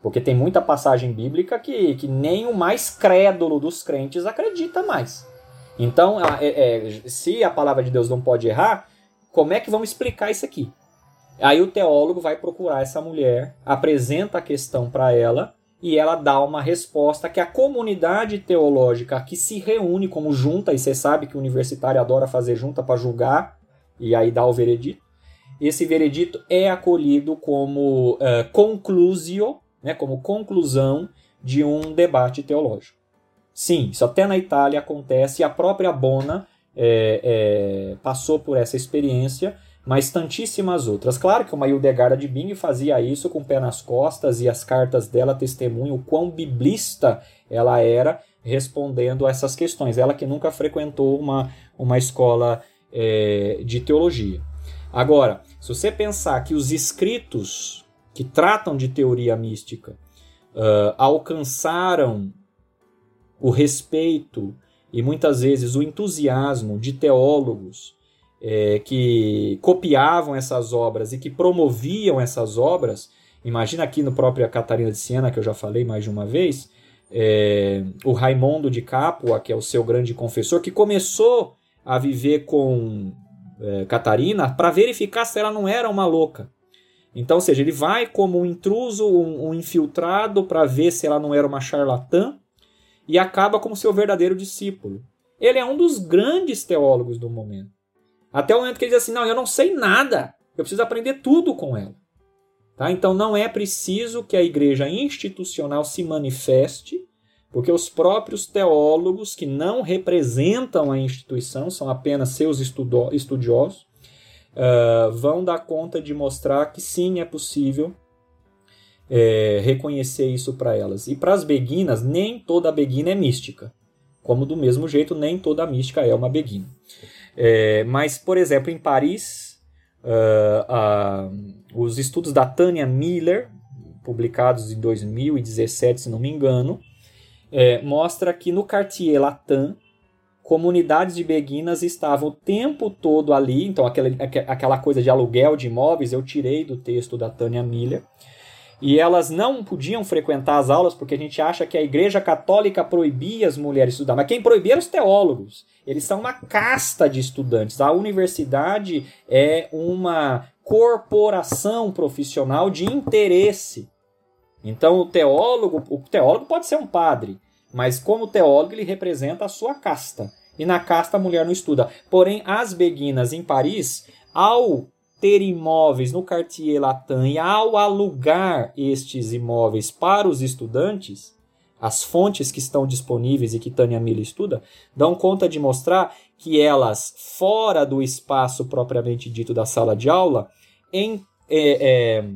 [SPEAKER 2] Porque tem muita passagem bíblica que, que nem o mais crédulo dos crentes acredita mais. Então, é, é, se a palavra de Deus não pode errar, como é que vamos explicar isso aqui? Aí o teólogo vai procurar essa mulher, apresenta a questão para ela, e ela dá uma resposta que a comunidade teológica que se reúne como junta, e você sabe que o universitário adora fazer junta para julgar, e aí dá o veredito. Esse veredito é acolhido como uh, conclusio, né, como conclusão de um debate teológico. Sim, isso até na Itália acontece, e a própria Bona é, é, passou por essa experiência, mas tantíssimas outras. Claro que uma Hildegard de Bingen fazia isso com o pé nas costas, e as cartas dela testemunham o quão biblista ela era respondendo a essas questões. Ela que nunca frequentou uma, uma escola é, de teologia. Agora, se você pensar que os escritos que tratam de teoria mística uh, alcançaram o respeito e muitas vezes o entusiasmo de teólogos é, que copiavam essas obras e que promoviam essas obras, imagina aqui no próprio Catarina de Siena, que eu já falei mais de uma vez, é, o Raimondo de Capua, que é o seu grande confessor, que começou a viver com é, Catarina para verificar se ela não era uma louca. Então, ou seja, ele vai como um intruso, um, um infiltrado para ver se ela não era uma charlatã, e acaba como seu verdadeiro discípulo. Ele é um dos grandes teólogos do momento. Até o momento que ele diz assim, não, eu não sei nada, eu preciso aprender tudo com ela. Tá? Então não é preciso que a igreja institucional se manifeste, porque os próprios teólogos que não representam a instituição, são apenas seus estudo- estudiosos, uh, vão dar conta de mostrar que sim, é possível É, reconhecer isso para elas. E para as beguinas, nem toda beguina é mística. Como do mesmo jeito, nem toda mística é uma beguina. É, mas, por exemplo, em Paris, uh, uh, os estudos da Tânia Miller, publicados em dois mil e dezessete, se não me engano, é, mostra que no Quartier Latin, comunidades de beguinas estavam o tempo todo ali. Então, aquela, aquela coisa de aluguel de imóveis, eu tirei do texto da Tânia Miller. E elas não podiam frequentar as aulas porque a gente acha que a Igreja Católica proibia as mulheres estudar. Mas quem proibia eram os teólogos. Eles são uma casta de estudantes. A universidade é uma corporação profissional de interesse. Então o teólogo, o teólogo pode ser um padre, mas como teólogo ele representa a sua casta. E na casta a mulher não estuda. Porém, as beguinas em Paris, ao ter imóveis no Quartier Latin e ao alugar estes imóveis para os estudantes, as fontes que estão disponíveis e que Tânia Miller estuda, dão conta de mostrar que elas, fora do espaço propriamente dito da sala de aula, em, é, é,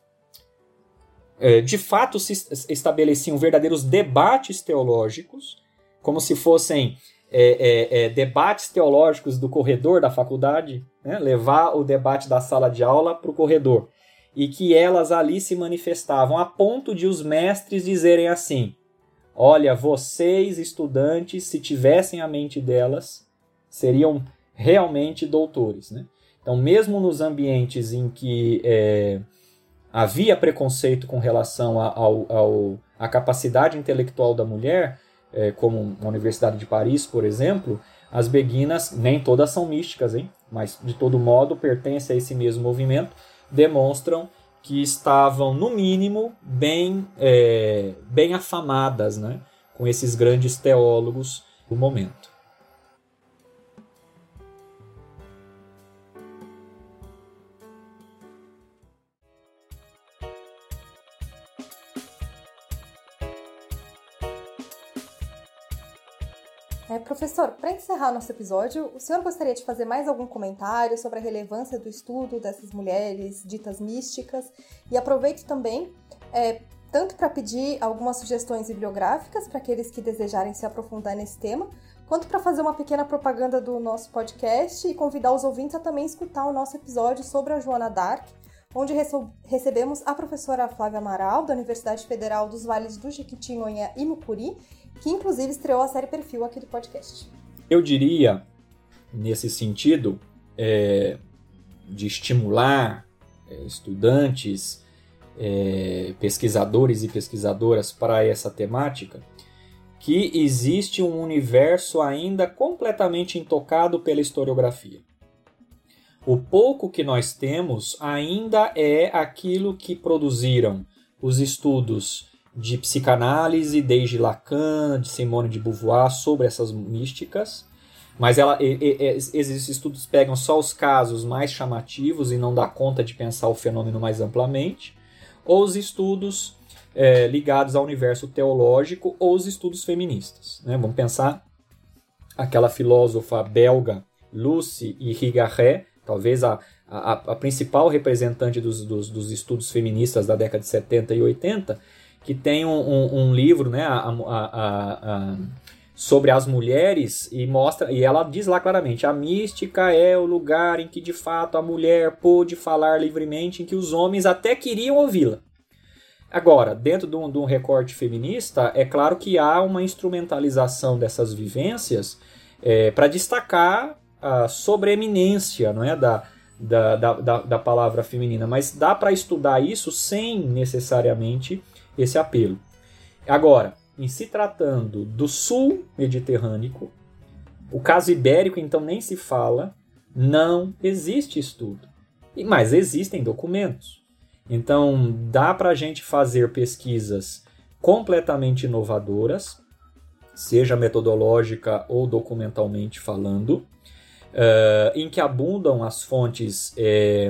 [SPEAKER 2] é, de fato se estabeleciam verdadeiros debates teológicos, como se fossem É, é, é, debates teológicos do corredor da faculdade, né? Levar o debate da sala de aula para o corredor. E que elas ali se manifestavam a ponto de os mestres dizerem assim, olha, vocês estudantes, se tivessem a mente delas, seriam realmente doutores. Né? Então, mesmo nos ambientes em que é, havia preconceito com relação à ao, ao, a capacidade intelectual da mulher, É, como a Universidade de Paris, por exemplo, as beguinas, nem todas são místicas, hein? Mas de todo modo pertencem a esse mesmo movimento, demonstram que estavam, no mínimo, bem, é, bem afamadas, né? Com esses grandes teólogos do momento.
[SPEAKER 1] É, professor, para encerrar nosso episódio, o senhor gostaria de fazer mais algum comentário sobre a relevância do estudo dessas mulheres ditas místicas? E aproveito também, é, tanto para pedir algumas sugestões bibliográficas para aqueles que desejarem se aprofundar nesse tema, quanto para fazer uma pequena propaganda do nosso podcast e convidar os ouvintes a também escutar o nosso episódio sobre a Joana d'Arc, onde recebemos a professora Flávia Amaral, da Universidade Federal dos Vales do Jequitinhonha e Mucuri, que inclusive estreou a série Perfil aqui do podcast.
[SPEAKER 2] Eu diria, nesse sentido, é, de estimular é, estudantes é, pesquisadores e pesquisadoras para essa temática, que existe um universo ainda completamente intocado pela historiografia. O pouco que nós temos ainda é aquilo que produziram os estudos de psicanálise, desde Lacan, de Simone de Beauvoir, sobre essas místicas, mas ela, e, e, esses estudos pegam só os casos mais chamativos e não dá conta de pensar o fenômeno mais amplamente, ou os estudos é, ligados ao universo teológico, ou os estudos feministas, né? Vamos pensar aquela filósofa belga Lucy Irigaray, talvez a, a, a principal representante dos, dos, dos estudos feministas da década de setenta e oitenta, que tem um, um, um livro, né, a, a, a, a, sobre as mulheres, e mostra, e ela diz lá claramente: a mística é o lugar em que de fato a mulher pôde falar livremente, em que os homens até queriam ouvi-la. Agora, dentro de um, de um recorte feminista, é claro que há uma instrumentalização dessas vivências é, para destacar a sobreeminência, não é, da, da, da, da palavra feminina, mas dá para estudar isso sem necessariamente esse apelo. Agora, em se tratando do sul mediterrâneo, o caso ibérico então nem se fala, não existe estudo, mas existem documentos. Então dá para a gente fazer pesquisas completamente inovadoras, seja metodológica ou documentalmente falando, Uh, em que abundam as fontes é,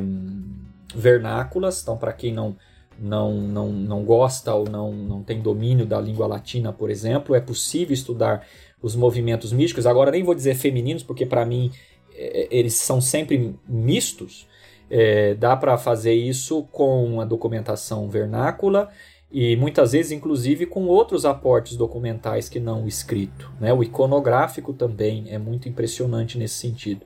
[SPEAKER 2] vernáculas. Então, para quem não, não, não, não gosta ou não, não tem domínio da língua latina, por exemplo, é possível estudar os movimentos místicos. Agora, nem vou dizer femininos, porque para mim é, eles são sempre mistos. É, dá para fazer isso com a documentação vernácula e muitas vezes, inclusive, com outros aportes documentais que não o escrito, né? O iconográfico também é muito impressionante nesse sentido.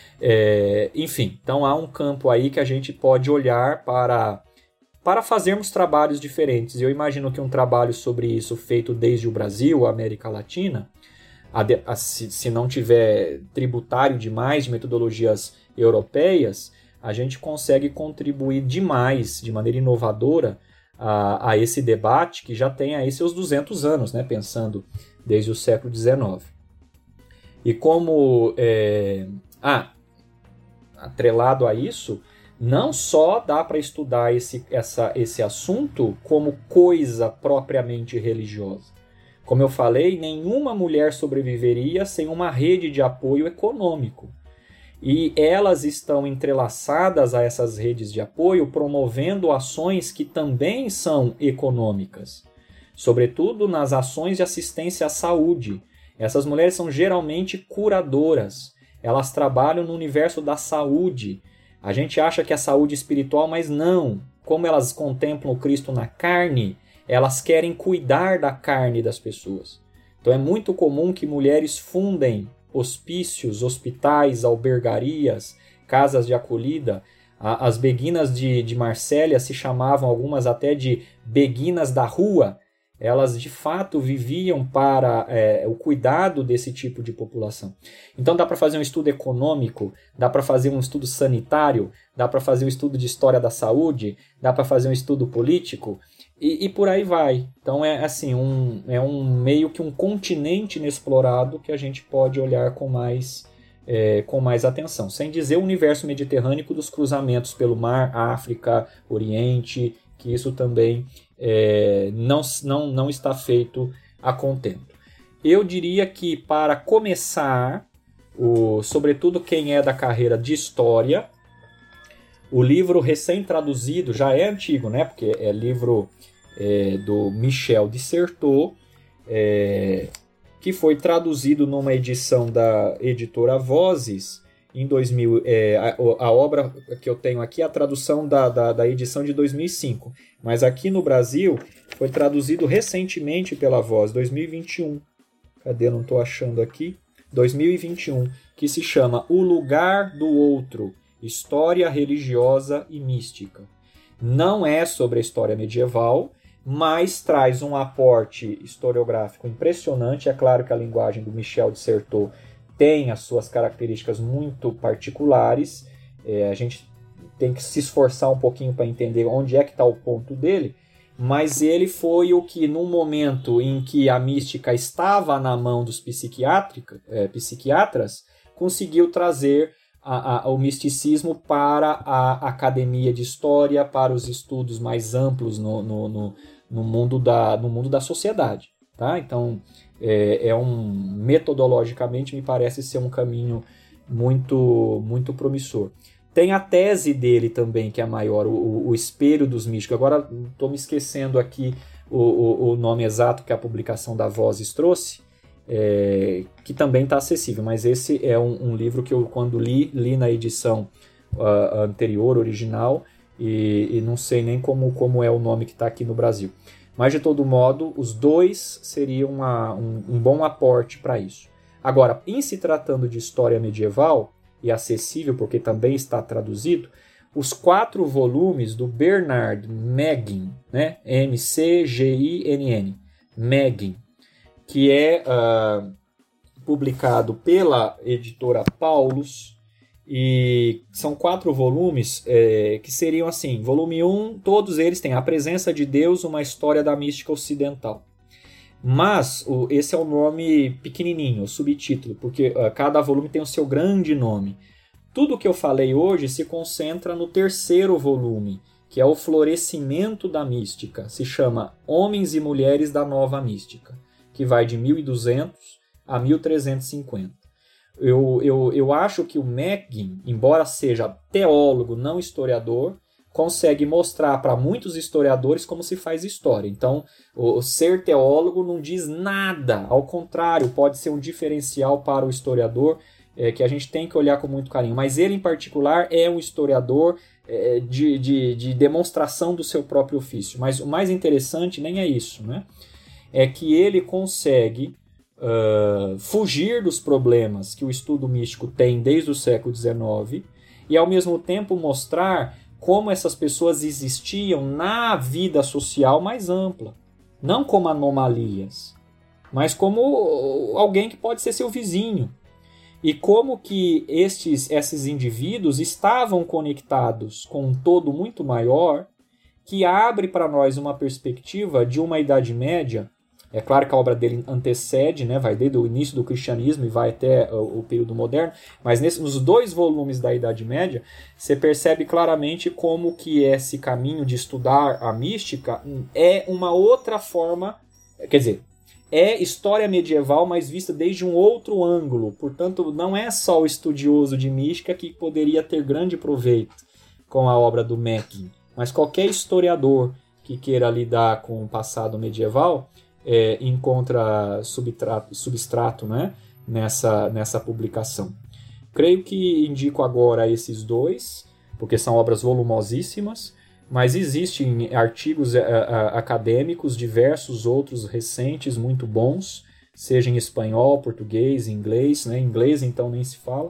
[SPEAKER 2] É, enfim, então há um campo aí que a gente pode olhar para, para fazermos trabalhos diferentes. Eu imagino que um trabalho sobre isso feito desde o Brasil, a América Latina, a de, a, se, se não tiver tributário demais de metodologias europeias, a gente consegue contribuir demais, de maneira inovadora, A, a esse debate que já tem aí seus duzentos anos, né, pensando desde o século dezenove. E como, é, ah, atrelado a isso, não só dá para estudar esse, essa, esse assunto como coisa propriamente religiosa. Como eu falei, nenhuma mulher sobreviveria sem uma rede de apoio econômico. E elas estão entrelaçadas a essas redes de apoio, promovendo ações que também são econômicas, sobretudo nas ações de assistência à saúde. Essas mulheres são geralmente curadoras, elas trabalham no universo da saúde. A gente acha que é saúde espiritual, mas não. Como elas contemplam o Cristo na carne, elas querem cuidar da carne das pessoas. Então é muito comum que mulheres fundem hospícios, hospitais, albergarias, casas de acolhida. As beguinas de, de Marsella se chamavam, algumas até de beguinas da rua. Elas de fato viviam para é, o cuidado desse tipo de população. Então dá para fazer um estudo econômico, dá para fazer um estudo sanitário, dá para fazer um estudo de história da saúde, dá para fazer um estudo político e, e por aí vai. Então é assim, um, é um meio que um continente inexplorado que a gente pode olhar com mais, é, com mais atenção. Sem dizer o universo mediterrâneo dos cruzamentos pelo mar, África, Oriente, que isso também é, não, não, não está feito a contento. Eu diria que para começar, o, sobretudo quem é da carreira de história, o livro recém-traduzido, já é antigo, né? Porque é livro é, do Michel de Certeau, é, que foi traduzido numa edição da editora Vozes em dois mil. É, a, a obra que eu tenho aqui é a tradução da, da, da edição de dois mil e cinco, mas aqui no Brasil foi traduzido recentemente pela Voz, dois mil e vinte e um. Cadê? Eu não estou achando aqui. dois mil e vinte e um, que se chama O Lugar do Outro, História Religiosa e Mística. Não é sobre a história medieval, mas traz um aporte historiográfico impressionante. É claro que a linguagem do Michel de Certeau tem as suas características muito particulares. É, a gente tem que se esforçar um pouquinho para entender onde é que está o ponto dele, mas ele foi o que, num momento em que a mística estava na mão dos psiquiátrica, é, psiquiatras, conseguiu trazer a, a, o misticismo para a academia de história, para os estudos mais amplos no, no, no, no, mundo, da, no mundo da sociedade. Tá? Então, é, é um, metodologicamente, me parece ser um caminho muito, muito promissor. Tem a tese dele também, que é maior, o, o Espelho dos Místicos. Agora, estou me esquecendo aqui o, o, o nome exato que a publicação da Vozes trouxe, é, que também está acessível, mas esse é um, um livro que eu, quando li, li na edição uh, anterior, original, e, e não sei nem como, como é o nome que está aqui no Brasil. Mas, de todo modo, os dois seriam uma, um, um bom aporte para isso. Agora, em se tratando de história medieval, e acessível porque também está traduzido, os quatro volumes do Bernard Meggin, né? M C G I N N, Meggin, que é uh, publicado pela editora Paulus, e são quatro volumes é, que seriam assim, volume um, todos eles têm A Presença de Deus, uma história da mística ocidental. Mas o, esse é o nome pequenininho, o subtítulo, porque uh, cada volume tem o seu grande nome. Tudo o que eu falei hoje se concentra no terceiro volume, que é o Florescimento da Mística. Se chama Homens e Mulheres da Nova Mística, que vai de mil e duzentos a mil trezentos e cinquenta. Eu, eu, eu acho que o Meggin, embora seja teólogo, não historiador, consegue mostrar para muitos historiadores como se faz história. Então, o ser teólogo não diz nada, ao contrário, pode ser um diferencial para o historiador, é, que a gente tem que olhar com muito carinho. Mas ele, em particular, é um historiador é, de, de, de demonstração do seu próprio ofício. Mas o mais interessante nem é isso, né? É que ele consegue uh, fugir dos problemas que o estudo místico tem desde o século dezenove e, ao mesmo tempo, mostrar como essas pessoas existiam na vida social mais ampla. Não como anomalias, mas como alguém que pode ser seu vizinho. E como que estes, esses indivíduos estavam conectados com um todo muito maior, que abre para nós uma perspectiva de uma Idade Média. É claro que a obra dele antecede, né, vai desde o início do cristianismo e vai até o, o período moderno, mas nesse, nos dois volumes da Idade Média, você percebe claramente como que esse caminho de estudar a mística é uma outra forma, quer dizer, é história medieval, mas vista desde um outro ângulo. Portanto, não é só o estudioso de mística que poderia ter grande proveito com a obra do Meggin, mas qualquer historiador que queira lidar com o passado medieval É, encontra subtrato, substrato, né, nessa, nessa publicação. Creio que indico agora esses dois, porque são obras volumosíssimas, mas existem artigos a, a, acadêmicos, diversos outros recentes, muito bons, seja em espanhol, português, inglês, né, inglês então nem se fala,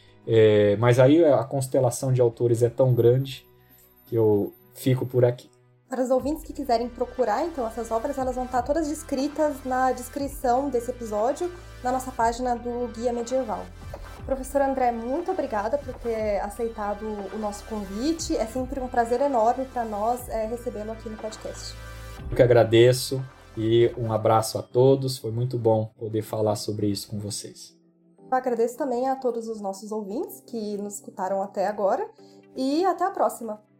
[SPEAKER 2] é, mas aí a constelação de autores é tão grande que eu fico por aqui.
[SPEAKER 1] Para os ouvintes que quiserem procurar, então, essas obras, elas vão estar todas descritas na descrição desse episódio, na nossa página do Guia Medieval. Professor André, muito obrigada por ter aceitado o nosso convite. É sempre um prazer enorme para nós é, recebê-lo aqui no podcast.
[SPEAKER 2] Eu que agradeço e um abraço a todos. Foi muito bom poder falar sobre isso com vocês.
[SPEAKER 1] Eu agradeço também a todos os nossos ouvintes que nos escutaram até agora e até a próxima.